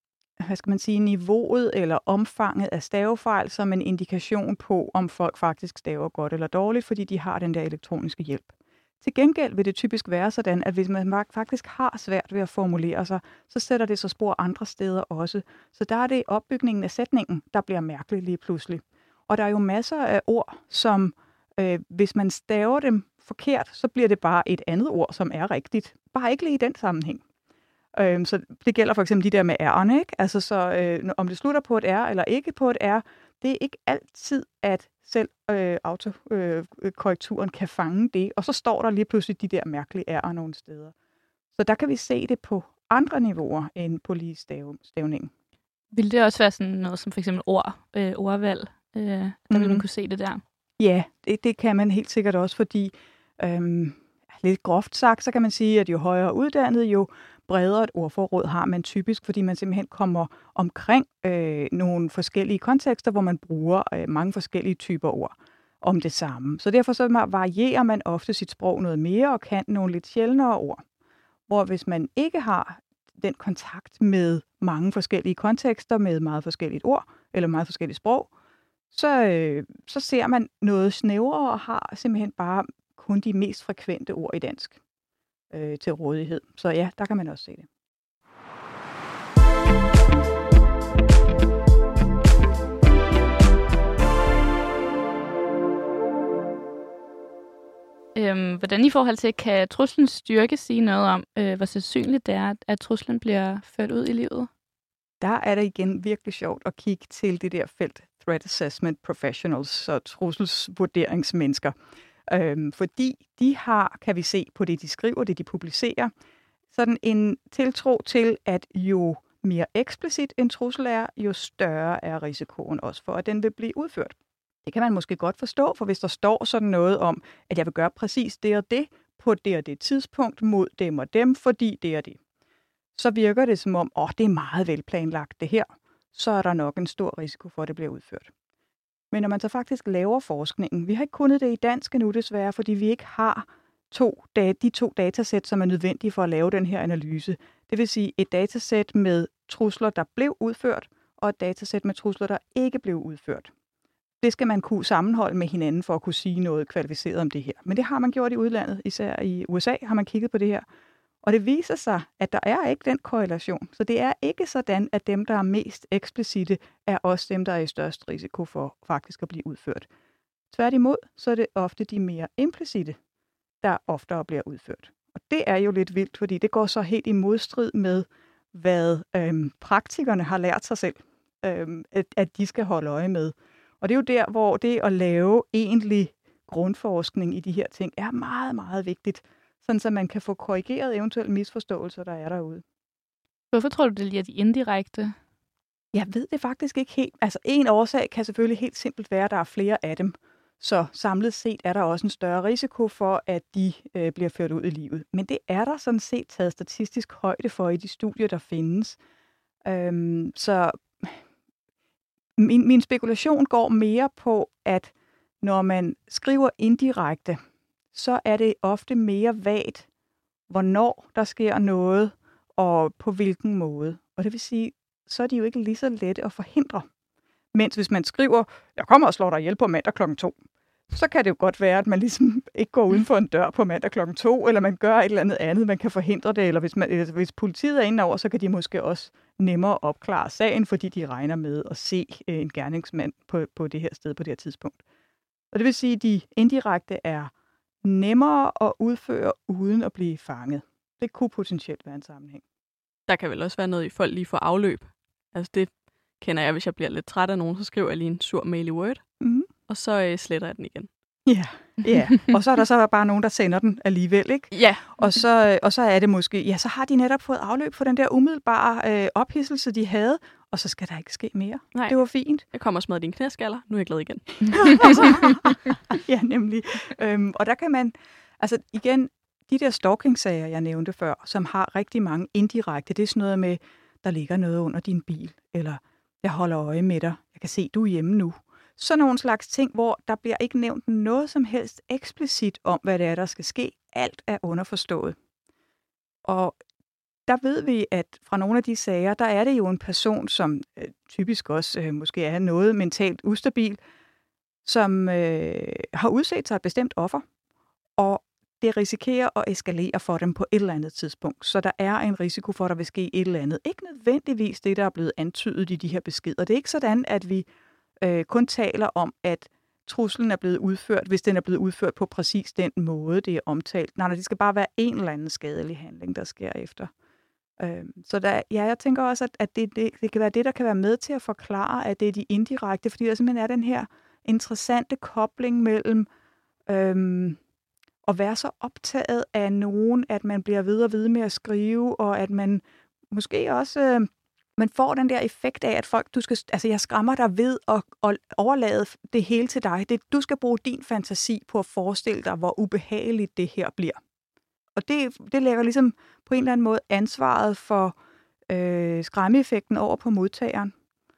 [SPEAKER 3] niveauet eller omfanget af stavefejl som en indikation på, om folk faktisk staver godt eller dårligt, fordi de har den der elektroniske hjælp. Til gengæld vil det typisk være sådan, at hvis man faktisk har svært ved at formulere sig, så sætter det så spor andre steder også. Så der er det opbygningen af sætningen, der bliver mærkelig lige pludselig. Og der er jo masser af ord, som hvis man staver dem forkert, så bliver det bare et andet ord, som er rigtigt. Bare ikke lige i den sammenhæng. Så det gælder for eksempel de der med R'erne, ikke? Altså så om det slutter på et R eller ikke på et R, det er ikke altid, at selv autokorrekturen kan fange det, og så står der lige pludselig de der mærkelige R'er nogle steder. Så der kan vi se det på andre niveauer end på lige stavning.
[SPEAKER 2] Vil det også være sådan noget som for eksempel ordvalg? Der vil man kunne se det der?
[SPEAKER 3] Ja, det kan man helt sikkert også, fordi lidt groft sagt, så kan man sige, at jo højere uddannet, jo bredere et ordforråd har man typisk, fordi man simpelthen kommer omkring nogle forskellige kontekster, hvor man bruger mange forskellige typer ord. om det samme. Så derfor så varierer man ofte sit sprog noget mere og kan nogle lidt sjældnere ord. Hvor hvis man ikke har den kontakt med mange forskellige kontekster, med meget forskellige ord eller meget forskellige sprog, så ser man noget snævrere og har simpelthen bare kun de mest frekvente ord i dansk til rådighed. Så ja, der kan man også se det.
[SPEAKER 2] Hvordan i forhold til, kan truslens styrke sige noget om, hvor sandsynligt det er, at truslen bliver ført ud i livet?
[SPEAKER 3] Der er det igen virkelig sjovt at kigge til det der felt Threat Assessment Professionals og trusselsvurderingsmennesker. Fordi de har, kan vi se på det, de skriver, det de publicerer, sådan en tiltro til, at jo mere eksplicit en trussel er, jo større er risikoen også for, at den vil blive udført. Det kan man måske godt forstå, for hvis der står sådan noget om, at jeg vil gøre præcis det og det, på det og det tidspunkt, mod dem og dem, fordi det og det, så virker det som om, det er meget velplanlagt det her, så er der nok en stor risiko for, at det bliver udført. Men når man så faktisk laver forskningen, vi har ikke kunnet det i dansk endnu desværre, fordi vi ikke har de to datasæt, som er nødvendige for at lave den her analyse. Det vil sige et datasæt med trusler, der blev udført, og et datasæt med trusler, der ikke blev udført. Det skal man kunne sammenholde med hinanden for at kunne sige noget kvalificeret om det her. Men det har man gjort i udlandet, især i USA har man kigget på det her. Og det viser sig, at der er ikke den korrelation. Så det er ikke sådan, at dem, der er mest eksplicite, er også dem, der er i størst risiko for faktisk at blive udført. Tværtimod, så er det ofte de mere implicite, der oftere bliver udført. Og det er jo lidt vildt, fordi det går så helt i modstrid med, hvad praktikerne har lært sig selv, at de skal holde øje med. Og det er jo der, hvor det at lave egentlig grundforskning i de her ting er meget, meget vigtigt, sådan så man kan få korrigeret eventuelle misforståelser, der er derude.
[SPEAKER 2] Hvorfor tror du, det lige er de indirekte?
[SPEAKER 3] Jeg ved det faktisk ikke helt. Altså en årsag kan selvfølgelig helt simpelt være, at der er flere af dem. Så samlet set er der også en større risiko for, at de bliver ført ud i livet. Men det er der sådan set taget statistisk højde for i de studier, der findes. Så min spekulation går mere på, at når man skriver indirekte, så er det ofte mere vagt, hvornår der sker noget, og på hvilken måde. Og det vil sige, så er de jo ikke lige så lette at forhindre. Mens hvis man skriver, jeg kommer og slår dig ihjel på mandag kl. 2, så kan det jo godt være, at man ligesom ikke går uden for en dør på mandag kl. 2, eller man gør et eller andet, man kan forhindre det, eller hvis politiet er inde over, så kan de måske også nemmere opklare sagen, fordi de regner med at se en gerningsmand på det her sted på det her tidspunkt. Og det vil sige, at de indirekte er nemmere at udføre uden at blive fanget. Det kunne potentielt være en sammenhæng.
[SPEAKER 1] Der kan vel også være noget i folk lige for afløb. Altså det kender jeg, hvis jeg bliver lidt træt af nogen, så skriver jeg lige en sur mail i Word, og så sletter jeg den igen.
[SPEAKER 3] Ja. Og så er der så bare nogen, der sender den alligevel, ikke?
[SPEAKER 1] Ja.
[SPEAKER 3] Og så er det måske, så har de netop fået afløb for den der umiddelbare ophidselse, de havde, og så skal der ikke ske mere.
[SPEAKER 1] Nej.
[SPEAKER 3] Det var fint.
[SPEAKER 1] Jeg kommer og smadrer dine knæskaller, nu er jeg glad igen.
[SPEAKER 3] Ja, nemlig. Og der kan man, altså igen, de der stalking-sager, jeg nævnte før, som har rigtig mange indirekte, det er sådan noget med, der ligger noget under din bil, eller jeg holder øje med dig, jeg kan se, du er hjemme nu. Sådan nogle slags ting, hvor der bliver ikke nævnt noget som helst eksplicit om, hvad det er, der skal ske. Alt er underforstået. Og der ved vi, at fra nogle af de sager, der er det jo en person, som typisk også måske er noget mentalt ustabil, som har udset sig et bestemt offer, og det risikerer at eskalere for dem på et eller andet tidspunkt. Så der er en risiko for, at der vil ske et eller andet. Ikke nødvendigvis det, der er blevet antydet i de her beskeder. Det er ikke sådan, at vi kun taler om, at truslen er blevet udført, hvis den er blevet udført på præcis den måde, det er omtalt. Nej, det skal bare være en eller anden skadelig handling, der sker efter. Så jeg tænker også, at det kan være det, der kan være med til at forklare, at det er de indirekte, fordi der simpelthen er den her interessante kobling mellem at være så optaget af nogen, at man bliver ved og ved med at skrive, og at man måske også man får den der effekt af, at folk, jeg skræmmer dig ved at overlade det hele til dig. Du skal bruge din fantasi på at forestille dig, hvor ubehageligt det her bliver. Og det lægger ligesom på en eller anden måde ansvaret for skræmmeeffekten over på modtageren.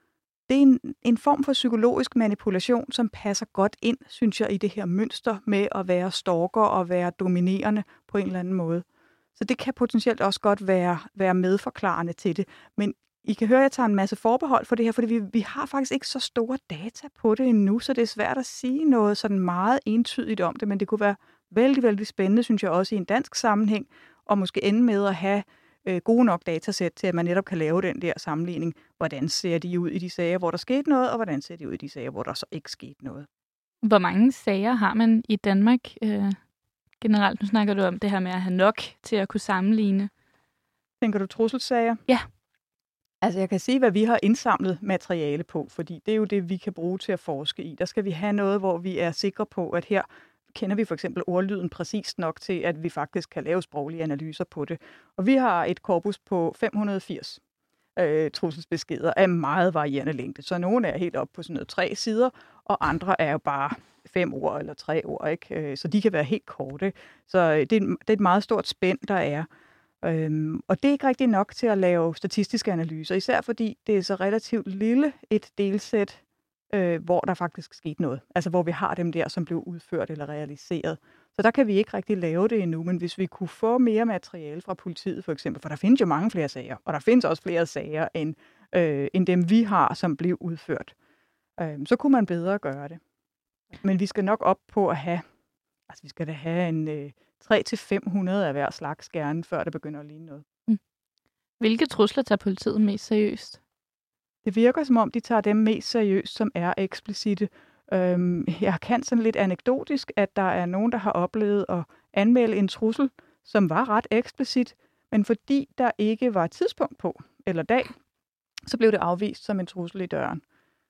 [SPEAKER 3] det er en form for psykologisk manipulation, som passer godt ind, synes jeg, i det her mønster med at være stalker og være dominerende på en eller anden måde. Så det kan potentielt også godt være medforklarende til det. Men I kan høre, at jeg tager en masse forbehold for det her, fordi vi har faktisk ikke så store data på det endnu, så det er svært at sige noget sådan meget entydigt om det, men det kunne være vældig, vældig spændende, synes jeg også i en dansk sammenhæng, og måske ende med at have gode nok datasæt til, at man netop kan lave den der sammenligning. Hvordan ser de ud i de sager, hvor der skete noget, og hvordan ser de ud i de sager, hvor der så ikke skete noget.
[SPEAKER 2] Hvor mange sager har man i Danmark generelt? Nu snakker du om det her med at have nok til at kunne sammenligne.
[SPEAKER 3] Tænker du trusselssager?
[SPEAKER 2] Ja.
[SPEAKER 3] Altså jeg kan sige, hvad vi har indsamlet materiale på, fordi det er jo det, vi kan bruge til at forske i. Der skal vi have noget, hvor vi er sikre på, at her kender vi for eksempel ordlyden præcist nok til, at vi faktisk kan lave sproglige analyser på det. Og vi har et korpus på 580 trusselsbeskeder af meget varierende længde. Så nogle er helt op på sådan noget 3 sider, og andre er jo bare 5 ord eller 3 ord, ikke? Så de kan være helt korte. Så det er et meget stort spænd, der er. Og det er ikke rigtig nok til at lave statistiske analyser, især fordi det er så relativt lille et delsæt, hvor der faktisk skete noget. Altså hvor vi har dem der, som blev udført eller realiseret. Så der kan vi ikke rigtig lave det endnu, men hvis vi kunne få mere materiale fra politiet for eksempel, for der findes jo mange flere sager, og der findes også flere sager end dem vi har, som blev udført, så kunne man bedre gøre det. Men vi skal nok op på at have, altså vi skal da have en 300-500 af hver slags gerne, før det begynder at ligne noget.
[SPEAKER 2] Hvilke trusler tager politiet mest seriøst?
[SPEAKER 3] Det virker som om, de tager dem mest seriøst, som er eksplicite. Jeg kan sådan lidt anekdotisk, at der er nogen, der har oplevet at anmelde en trussel, som var ret eksplicit, men fordi der ikke var tidspunkt på, eller dag, så blev det afvist som en trussel i døren.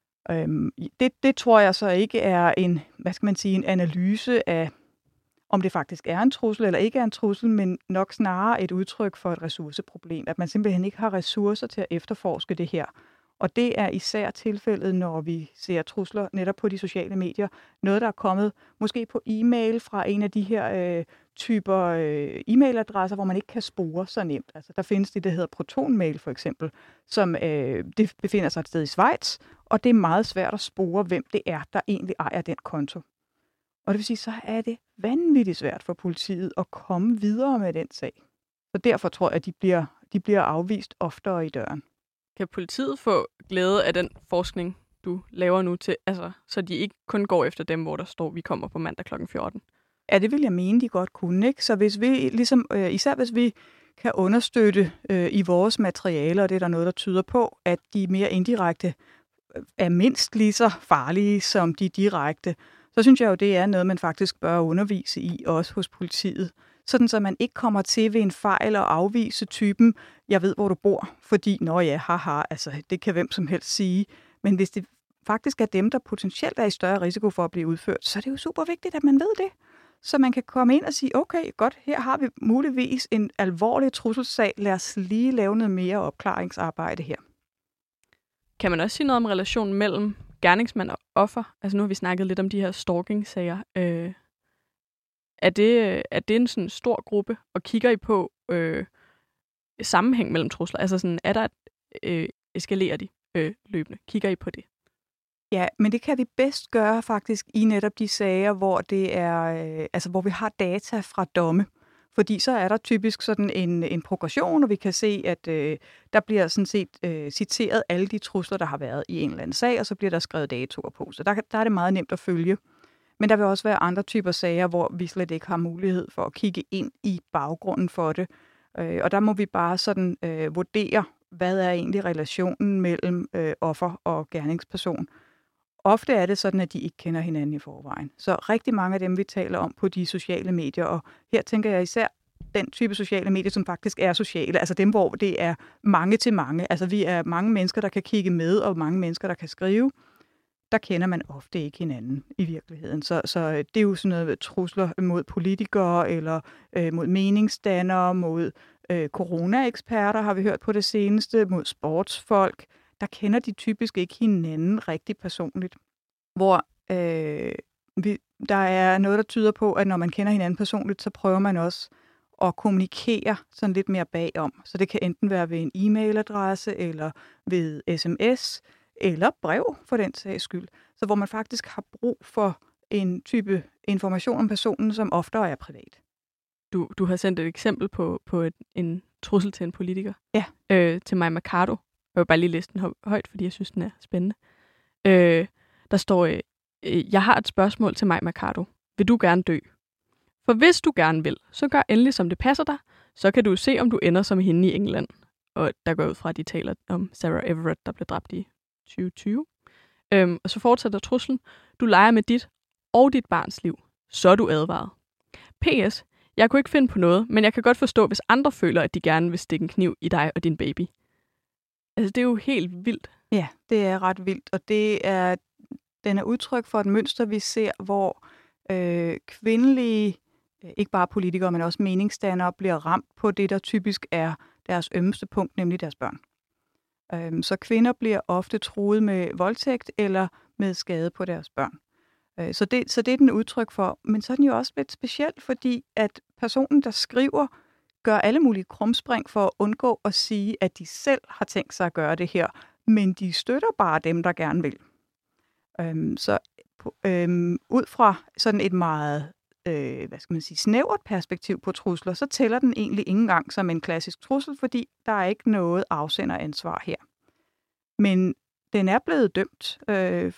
[SPEAKER 3] Det tror jeg så ikke er en analyse af, om det faktisk er en trussel eller ikke er en trussel, men nok snarere et udtryk for et ressourceproblem, at man simpelthen ikke har ressourcer til at efterforske det her. Og det er især tilfældet, når vi ser trusler netop på de sociale medier. Noget, der er kommet måske på e-mail fra en af de her typer e-mailadresser, hvor man ikke kan spore så nemt. Altså, der findes det, der hedder ProtonMail for eksempel, som det befinder sig et sted i Schweiz, og det er meget svært at spore, hvem det er, der egentlig ejer den konto. Og det vil sige, så er det vanvittigt svært for politiet at komme videre med den sag. Så derfor tror jeg, at de bliver afvist oftere i døren.
[SPEAKER 1] Kan politiet få glæde af den forskning, du laver nu, til, altså, så de ikke kun går efter dem, hvor der står, vi kommer på mandag kl. 14?
[SPEAKER 3] Ja, det vil jeg mene, de godt kunne, ikke? Så hvis vi ligesom, især hvis vi kan understøtte i vores materialer, og det er der noget, der tyder på, at de mere indirekte er mindst lige så farlige som de direkte, så synes jeg jo, det er noget, man faktisk bør undervise i, også hos politiet. Sådan så man ikke kommer til ved en fejl og afvise typen, jeg ved, hvor du bor, fordi, altså det kan hvem som helst sige. Men hvis det faktisk er dem, der potentielt er i større risiko for at blive udført, så er det jo super vigtigt, at man ved det. Så man kan komme ind og sige, okay, godt, her har vi muligvis en alvorlig trusselsag, lad os lige lave noget mere opklaringsarbejde her. Kan man også sige noget om relationen mellem gerningsmand og offer? Altså nu har vi snakket lidt om de her stalking-sager. Er det en sådan stor gruppe, og kigger I på sammenhæng mellem trusler? Altså sådan, er der eskalerer de løbende? Kigger I på det? Ja, men det kan vi bedst gøre faktisk i netop de sager, hvor det er, hvor vi har data fra domme. Fordi så er der typisk sådan en progression, og vi kan se, at der bliver sådan set citeret alle de trusler, der har været i en eller anden sag, og så bliver der skrevet datoer på. Så der er det meget nemt at følge. Men der vil også være andre typer sager, hvor vi slet ikke har mulighed for at kigge ind i baggrunden for det. Og der må vi bare sådan vurdere, hvad er egentlig relationen mellem offer og gerningsperson. Ofte er det sådan, at de ikke kender hinanden i forvejen. Så rigtig mange af dem, vi taler om på de sociale medier, og her tænker jeg især den type sociale medier, som faktisk er sociale, altså dem, hvor det er mange til mange. Altså vi er mange mennesker, der kan kigge med, og mange mennesker, der kan skrive. Der kender man ofte ikke hinanden i virkeligheden. Så det er jo sådan noget trusler mod politikere, eller mod meningsdannere, mod coronaeksperter, har vi hørt på det seneste, mod sportsfolk. Der kender de typisk ikke hinanden rigtig personligt. Hvor der er noget, der tyder på, at når man kender hinanden personligt, så prøver man også at kommunikere sådan lidt mere bagom. Så det kan enten være ved en e-mailadresse, eller ved sms, eller brev for den sags skyld. Så hvor man faktisk har brug for en type information om personen, som oftere er privat.
[SPEAKER 1] Du har sendt et eksempel på en trussel til en politiker.
[SPEAKER 3] Ja.
[SPEAKER 1] Til Mai Mercado. Jeg vil bare lige læse den højt, fordi jeg synes, den er spændende. Der står, jeg har et spørgsmål til Mai Mercado. Vil du gerne dø? For hvis du gerne vil, så gør endelig, som det passer dig. Så kan du se, om du ender som hende i England. Og der går ud fra, at de taler om Sarah Everett, der blev dræbt i 2020. Og så fortsætter truslen. Du leger med dit og dit barns liv. Så er du advaret. P.S. Jeg kunne ikke finde på noget, men jeg kan godt forstå, hvis andre føler, at de gerne vil stikke en kniv i dig og din baby. Altså, det er jo helt vildt.
[SPEAKER 3] Ja, det er ret vildt, og den er udtryk for et mønster, vi ser, hvor kvindelige, ikke bare politikere, men også meningsdannere, bliver ramt på det, der typisk er deres ømmeste punkt, nemlig deres børn. Så kvinder bliver ofte truet med voldtægt eller med skade på deres børn. Så det er den udtryk for. Men så er den jo også lidt speciel, fordi at personen, der skriver, gør alle mulige krumspring for at undgå at sige, at de selv har tænkt sig at gøre det her, men de støtter bare dem, der gerne vil. Ud fra sådan et meget snævert perspektiv på trusler, så tæller den egentlig ikke engang som en klassisk trussel, fordi der er ikke noget afsenderansvar her. Men den er blevet dømt af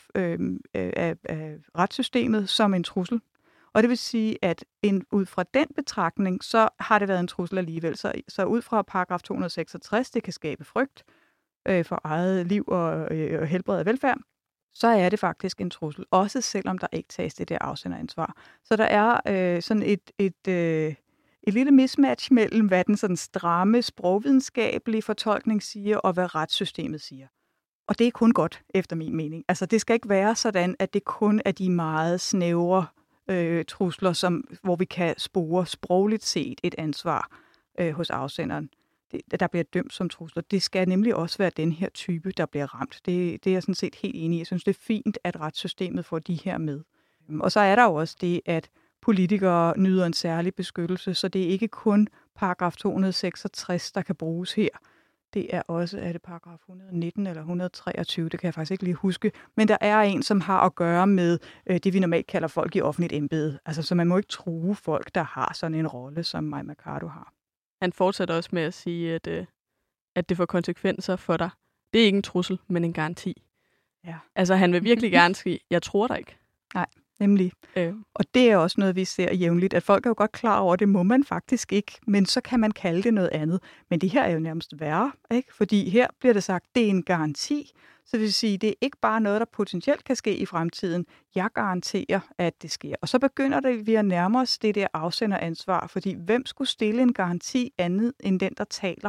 [SPEAKER 3] retssystemet som en trussel. Og det vil sige, at ud fra den betragtning, så har det været en trussel alligevel. Så ud fra paragraf 266, det kan skabe frygt for eget liv og helbred og velfærd, så er det faktisk en trussel, også selvom der ikke tages det der afsenderansvar. Så der er sådan et lille mismatch mellem, hvad den sådan stramme sprogvidenskabelige fortolkning siger, og hvad retssystemet siger. Og det er kun godt, efter min mening. Altså, det skal ikke være sådan, at det kun er de meget snævre trusler, hvor vi kan spore sprogligt set et ansvar hos afsenderen, der bliver dømt som trusler. Det skal nemlig også være den her type, der bliver ramt. Det er jeg sådan set helt enig i. Jeg synes, det er fint, at retssystemet får de her med. Og så er der jo også det, at politikere nyder en særlig beskyttelse, så det er ikke kun paragraf 266, der kan bruges her. Det er også, er det paragraf 119 eller 123, det kan jeg faktisk ikke lige huske. Men der er en, som har at gøre med det, vi normalt kalder folk i offentligt embede. Altså, så man må ikke true folk, der har sådan en rolle, som Mai Mercado har.
[SPEAKER 1] Han fortsætter også med at sige, at det får konsekvenser for dig. Det er ikke en trussel, men en garanti.
[SPEAKER 3] Ja.
[SPEAKER 1] Altså, han vil virkelig gerne sige, jeg tror dig ikke.
[SPEAKER 3] Nej, nemlig. Og det er også noget, vi ser jævnligt, at folk er jo godt klar over, at det må man faktisk ikke, men så kan man kalde det noget andet. Men det her er jo nærmest værre, ikke? Fordi her bliver det sagt, det er en garanti. Så det vil sige, det er ikke bare noget, der potentielt kan ske i fremtiden. Jeg garanterer, at det sker. Og så begynder vi at nærme os det der afsenderansvar, fordi hvem skulle stille en garanti andet end den, der taler?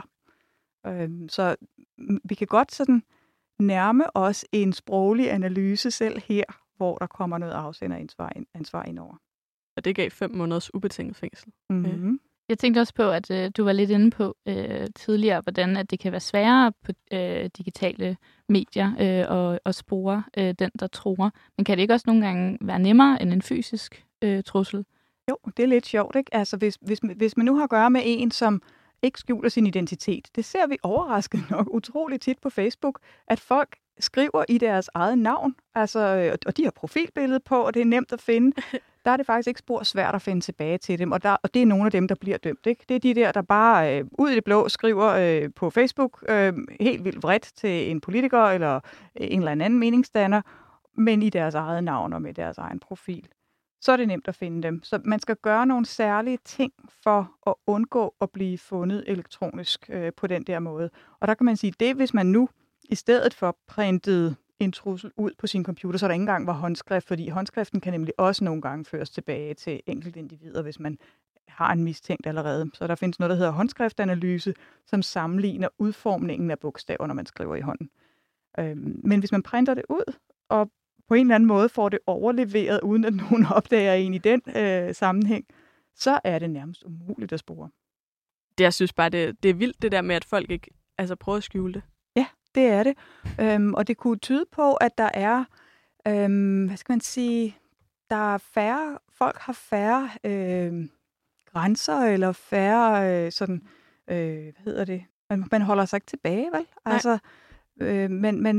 [SPEAKER 3] Så vi kan godt sådan nærme os en sproglig analyse selv her, hvor der kommer noget afsenderansvar indover.
[SPEAKER 1] Og det gav 5 måneders ubetinget fængsel.
[SPEAKER 3] Mm-hmm.
[SPEAKER 2] Jeg tænkte også på, at du var lidt inde på tidligere, hvordan at det kan være sværere på digitale medier at spore den, der truer. Men kan det ikke også nogle gange være nemmere end en fysisk trussel?
[SPEAKER 3] Jo, det er lidt sjovt, ikke? Altså, hvis man nu har at gøre med en, som ikke skjuler sin identitet, det ser vi overraskende nok utroligt tit på Facebook, at folk skriver i deres eget navn, altså, og de har profilbillede på, og det er nemt at finde. Der er det faktisk ikke spor svært at finde tilbage til dem, og det er nogle af dem, der bliver dømt. Ikke? Det er de der bare ud i det blå skriver på Facebook helt vildt vredt til en politiker eller en eller anden meningsdanner, men i deres eget navn og med deres egen profil. Så er det nemt at finde dem. Så man skal gøre nogle særlige ting for at undgå at blive fundet elektronisk på den der måde. Og der kan man sige, det hvis man nu i stedet for printede en trussel ud på sin computer, så der ikke engang var håndskrift, fordi håndskriften kan nemlig også nogle gange føres tilbage til enkelte individer, hvis man har en mistænkt allerede. Så der findes noget, der hedder håndskriftanalyse, som sammenligner udformningen af bogstaver, når man skriver i hånden. Men hvis man printer det ud, og på en eller anden måde får det overleveret, uden at nogen opdager en i den sammenhæng, så er det nærmest umuligt at spore.
[SPEAKER 1] Det, jeg synes bare, det er vildt det der med, at folk ikke prøver at skjule det.
[SPEAKER 3] Ja, det er det. Og det kunne tyde på, at der er, hvad skal man sige, der er færre, folk har færre grænser, eller færre hvad hedder det? Man holder sig ikke tilbage, vel? Altså, men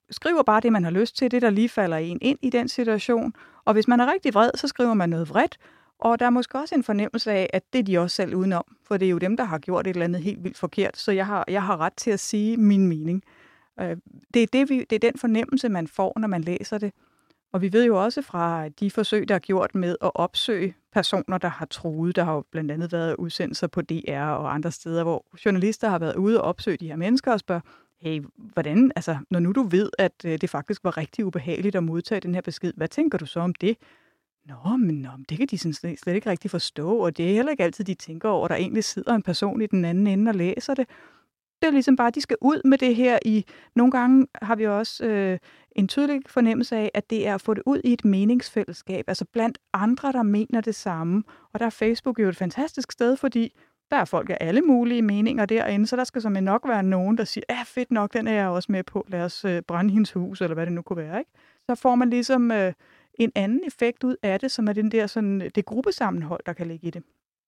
[SPEAKER 3] skriver bare det, man har lyst til, det der lige falder en ind i den situation. Og hvis man er rigtig vred, så skriver man noget vredt. Og der er måske også en fornemmelse af, at det er de også selv udenom. For det er jo dem, der har gjort et eller andet helt vildt forkert. Så jeg har ret til at sige min mening. Det er den fornemmelse, man får, når man læser det. Og vi ved jo også fra de forsøg, der er gjort med at opsøge personer, der har truet. Der har jo blandt andet været udsendelser på DR og andre steder, hvor journalister har været ude og opsøge de her mennesker og spørge, hey, hvordan, altså, når nu du ved, at det faktisk var rigtig ubehageligt at modtage den her besked, hvad tænker du så om det? Nå, det kan de sådan slet ikke rigtig forstå, og det er heller ikke altid, de tænker over, at der egentlig sidder en person i den anden ende og læser det. Det er ligesom bare, at de skal ud med det her i... Nogle gange har vi også en tydelig fornemmelse af, at det er at få det ud i et meningsfællesskab, altså blandt andre, der mener det samme. Og der er Facebook jo et fantastisk sted, fordi der er folk af alle mulige meninger derinde, så der skal simpelthen nok være nogen, der siger, fedt nok, den er jeg også med på, lad os brænde hendes hus, eller hvad det nu kunne være, ikke? Så får man ligesom en anden effekt ud af det, som er den der, sådan, det gruppesammenhold, der kan ligge i det.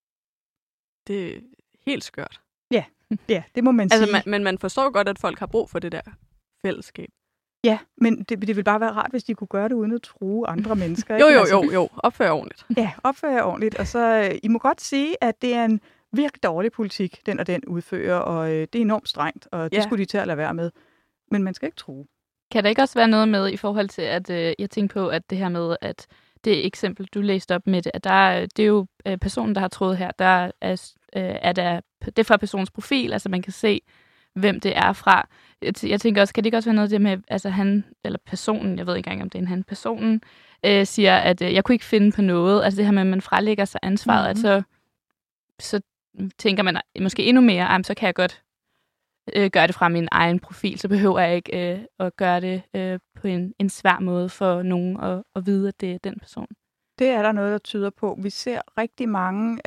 [SPEAKER 1] Det er helt skørt.
[SPEAKER 3] Ja, det må man sige.
[SPEAKER 1] Men man forstår godt, at folk har brug for det der fællesskab.
[SPEAKER 3] Ja, men det ville bare være rart, hvis de kunne gøre det uden at true andre mennesker. Ikke?
[SPEAKER 1] Jo. Opfør ordentligt.
[SPEAKER 3] Ja, opfør ordentligt. Og så, I må godt sige, at det er en virkelig dårlig politik, den og den udfører, og det er enormt strengt, og det skulle de til at lade være med. Men man skal ikke true.
[SPEAKER 2] Kan der ikke også være noget med i forhold til, at jeg tænker på, at det her med, at det eksempel, du læste op med det, at det er jo personen, der har troet her, det er fra personens profil, altså man kan se, hvem det er fra. Jeg tænker også, kan det ikke også være noget det med, altså han, eller personen, jeg ved ikke engang, om det er en han, personen, siger, at jeg kunne ikke finde på noget, altså det her med, at man frelægger sig ansvaret, at så tænker man måske endnu mere, så kan jeg godt gøre det fra min egen profil, så behøver jeg ikke at gøre det på en svær måde for nogen at vide, at det er den person.
[SPEAKER 3] Det er der noget, der tyder på. Vi ser rigtig mange,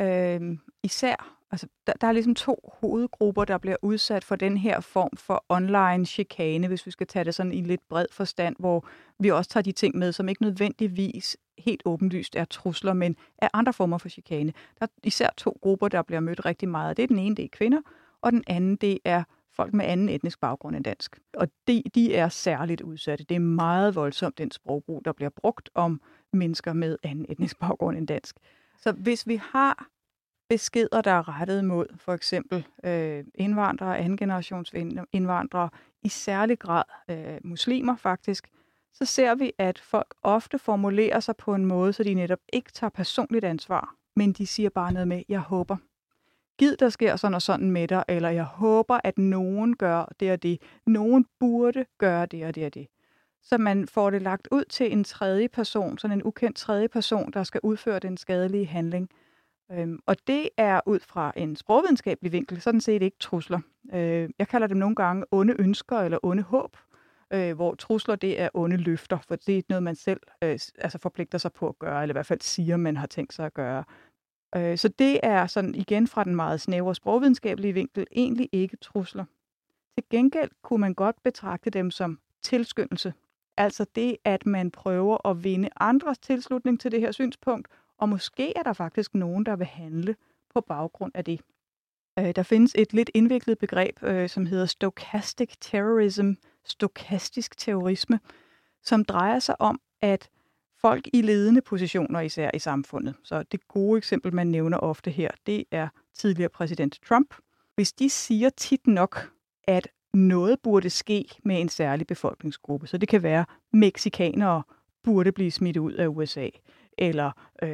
[SPEAKER 3] især, altså der er ligesom 2 hovedgrupper, der bliver udsat for den her form for online chikane, hvis vi skal tage det sådan i lidt bred forstand, hvor vi også tager de ting med, som ikke nødvendigvis helt åbenlyst er trusler, men er andre former for chikane. Der er især 2 grupper, der bliver mødt rigtig meget. Det er den ene, det er kvinder, og den anden, det er folk med anden etnisk baggrund end dansk. Og de er særligt udsatte. Det er meget voldsomt, den sprogbrug, der bliver brugt om mennesker med anden etnisk baggrund end dansk. Så hvis vi har beskeder, der er rettet mod for eksempel indvandrere, anden generations indvandrere, i særlig grad muslimer faktisk, så ser vi, at folk ofte formulerer sig på en måde, så de netop ikke tager personligt ansvar, men de siger bare noget med, jeg håber. Gid, der sker sådan og sådan med dig, eller jeg håber, at nogen gør det og det. Nogen burde gøre det og det og det. Så man får det lagt ud til en tredje person, sådan en ukendt tredje person, der skal udføre den skadelige handling. Og det er ud fra en sprogvidenskabelig vinkel, sådan set ikke trusler. Jeg kalder dem nogle gange onde ønsker eller onde håb, hvor trusler det er onde løfter, for det er noget, man selv forpligter sig på at gøre, eller i hvert fald siger, man har tænkt sig at gøre. Så det er sådan igen fra den meget snævre sprogvidenskabelige vinkel egentlig ikke trusler. Til gengæld kunne man godt betragte dem som tilskyndelse. Altså det, at man prøver at vinde andres tilslutning til det her synspunkt, og måske er der faktisk nogen, der vil handle på baggrund af det. Der findes et lidt indviklet begreb, som hedder stochastic terrorism, stokastisk terrorisme, som drejer sig om, at folk i ledende positioner især i samfundet. Så det gode eksempel, man nævner ofte her, det er tidligere præsident Trump. Hvis de siger tit nok, at noget burde ske med en særlig befolkningsgruppe, så det kan være, mexikanere burde blive smidt ud af USA, eller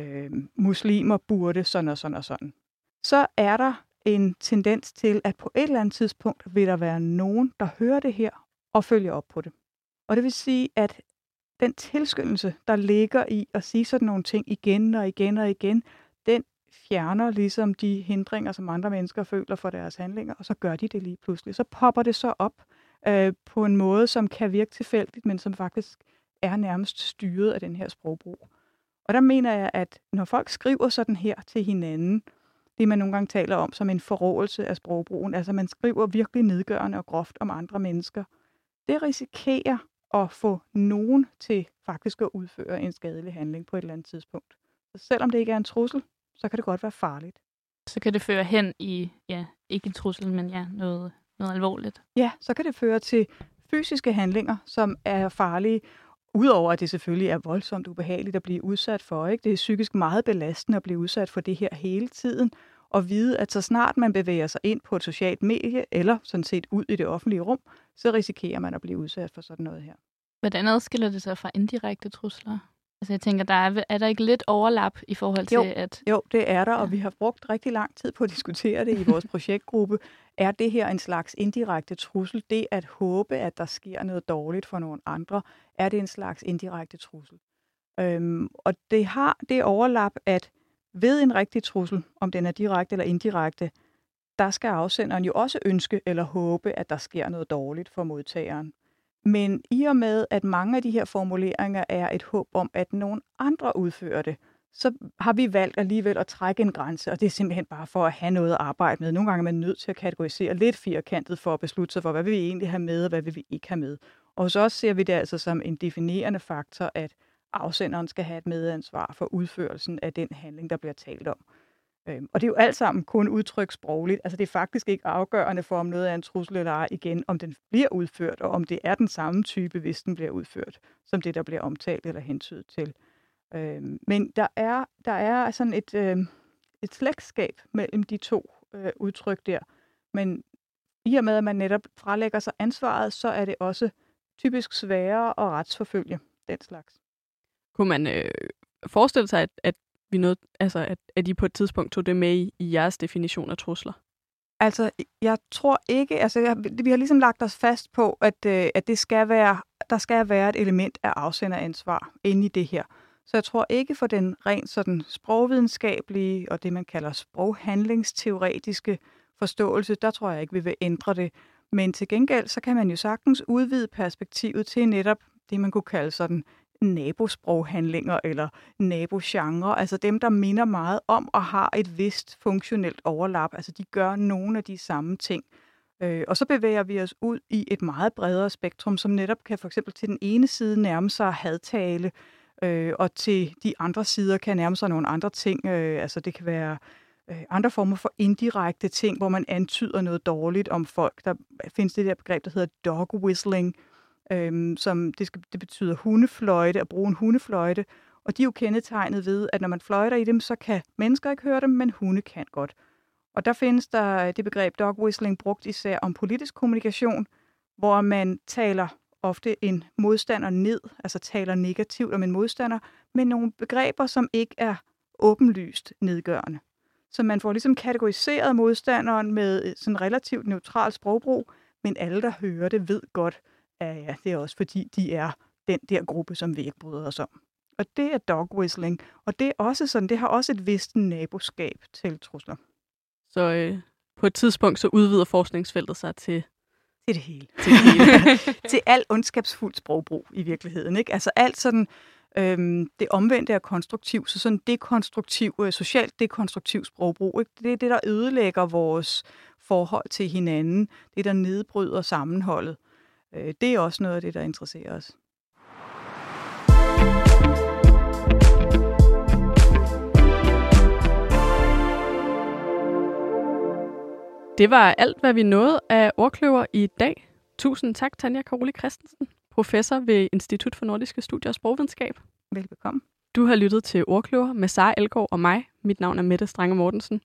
[SPEAKER 3] muslimer burde sådan og sådan og sådan, så er der en tendens til, at på et eller andet tidspunkt vil der være nogen, der hører det her og følger op på det. Og det vil sige, at den tilskyndelse, der ligger i at sige sådan nogle ting igen og igen og igen, den fjerner ligesom de hindringer, som andre mennesker føler for deres handlinger, og så gør de det lige pludselig. Så popper det så op på en måde, som kan virke tilfældigt, men som faktisk er nærmest styret af den her sprogbrug. Og der mener jeg, at når folk skriver sådan her til hinanden, det man nogle gange taler om som en forrådelse af sprogbrugen, altså man skriver virkelig nedgørende og groft om andre mennesker, det risikerer at få nogen til faktisk at udføre en skadelig handling på et eller andet tidspunkt. Så selvom det ikke er en trussel, så kan det godt være farligt.
[SPEAKER 2] Så kan det føre hen i, ikke en trussel, men noget alvorligt.
[SPEAKER 3] Ja, så kan det føre til fysiske handlinger, som er farlige, udover at det selvfølgelig er voldsomt ubehageligt at blive udsat for. Ikke? Det er psykisk meget belastende at blive udsat for det her hele tiden, og vide, at så snart man bevæger sig ind på et socialt medie, eller sådan set ud i det offentlige rum, så risikerer man at blive udsat for sådan noget her.
[SPEAKER 2] Hvordan adskiller det sig fra indirekte trusler? Altså jeg tænker, er der ikke lidt overlap i forhold til, at...
[SPEAKER 3] Jo, det er der, og vi har brugt rigtig lang tid på at diskutere det i vores projektgruppe. Er det her en slags indirekte trussel? Det at håbe, at der sker noget dårligt for nogle andre, er det en slags indirekte trussel? Og det har det overlap, at ved en rigtig trussel, om den er direkte eller indirekte, der skal afsenderen jo også ønske eller håbe, at der sker noget dårligt for modtageren. Men i og med, at mange af de her formuleringer er et håb om, at nogen andre udfører det, så har vi valgt alligevel at trække en grænse, og det er simpelthen bare for at have noget at arbejde med. Nogle gange er man nødt til at kategorisere lidt firkantet for at beslutte sig for, hvad vil vi egentlig have med, og hvad vil vi ikke have med. Og hos os ser vi det altså som en definerende faktor, at afsenderen skal have et medansvar for udførelsen af den handling, der bliver talt om. Og det er jo alt sammen kun udtrykt sprogligt. Altså det er faktisk ikke afgørende for, om noget er en trussel eller ej igen, om den bliver udført, og om det er den samme type, hvis den bliver udført, som det, der bliver omtalt eller hentydet til. Men der er sådan et slægtskab mellem de to udtryk der. Men i og med, at man netop fralægger sig ansvaret, så er det også typisk sværere at retsforfølge den slags.
[SPEAKER 1] Kunne man forestille sig, at I på et tidspunkt tog det med i jeres definition af trusler?
[SPEAKER 3] Altså, jeg tror ikke, vi har ligesom lagt os fast på, at det der skal være et element af afsenderansvar inde i det her. Så jeg tror ikke for den rent sådan sprogvidenskabelige og det, man kalder sproghandlingsteoretiske forståelse, der tror jeg ikke, vi vil ændre det. Men til gengæld, så kan man jo sagtens udvide perspektivet til netop det, man kunne kalde sådan nabosproghandlinger eller nabogenre, altså dem, der minder meget om og har et vist funktionelt overlap. Altså de gør nogle af de samme ting. Og så bevæger vi os ud i et meget bredere spektrum, som netop kan for eksempel til den ene side nærme sig hadtale, og til de andre sider kan nærme sig nogle andre ting. Altså det kan være andre former for indirekte ting, hvor man antyder noget dårligt om folk. Der findes det der begreb, der hedder dog whistling, som det betyder hundefløjte, at bruge en hundefløjte. Og de er jo kendetegnet ved, at når man fløjter i dem, så kan mennesker ikke høre dem, men hunde kan godt. Og der findes der det begreb dog whistling brugt især om politisk kommunikation, hvor man taler ofte en modstander ned, altså taler negativt om en modstander, med nogle begreber, som ikke er åbenlyst nedgørende. Så man får ligesom kategoriseret modstanderen med sådan relativt neutral sprogbrug, men alle, der hører det, ved godt, at det er også fordi, de er den der gruppe, som vi ikke bryder os om. Og det er dog whistling, og det er også sådan, det har også et vist naboskab til trusler.
[SPEAKER 1] Så på et tidspunkt, så udvider forskningsfeltet sig til
[SPEAKER 3] det hele. Til alt ondskabsfuldt sprogbrug i virkeligheden. Ikke? Altså alt sådan, det omvendte er konstruktivt, så sådan socialt dekonstruktiv sprogbrug. Ikke? Det er det, der ødelægger vores forhold til hinanden. Det, der nedbryder sammenholdet. Det er også noget af det, der interesserer os.
[SPEAKER 1] Det var alt, hvad vi nåede af Ordkløver i dag. Tusind tak, Tanja Caroli Christensen, professor ved Institut for Nordiske Studier og Sprogvidenskab.
[SPEAKER 3] Velbekomme.
[SPEAKER 1] Du har lyttet til Ordkløver med Sara Elgaard og mig. Mit navn er Mette Strange Mortensen.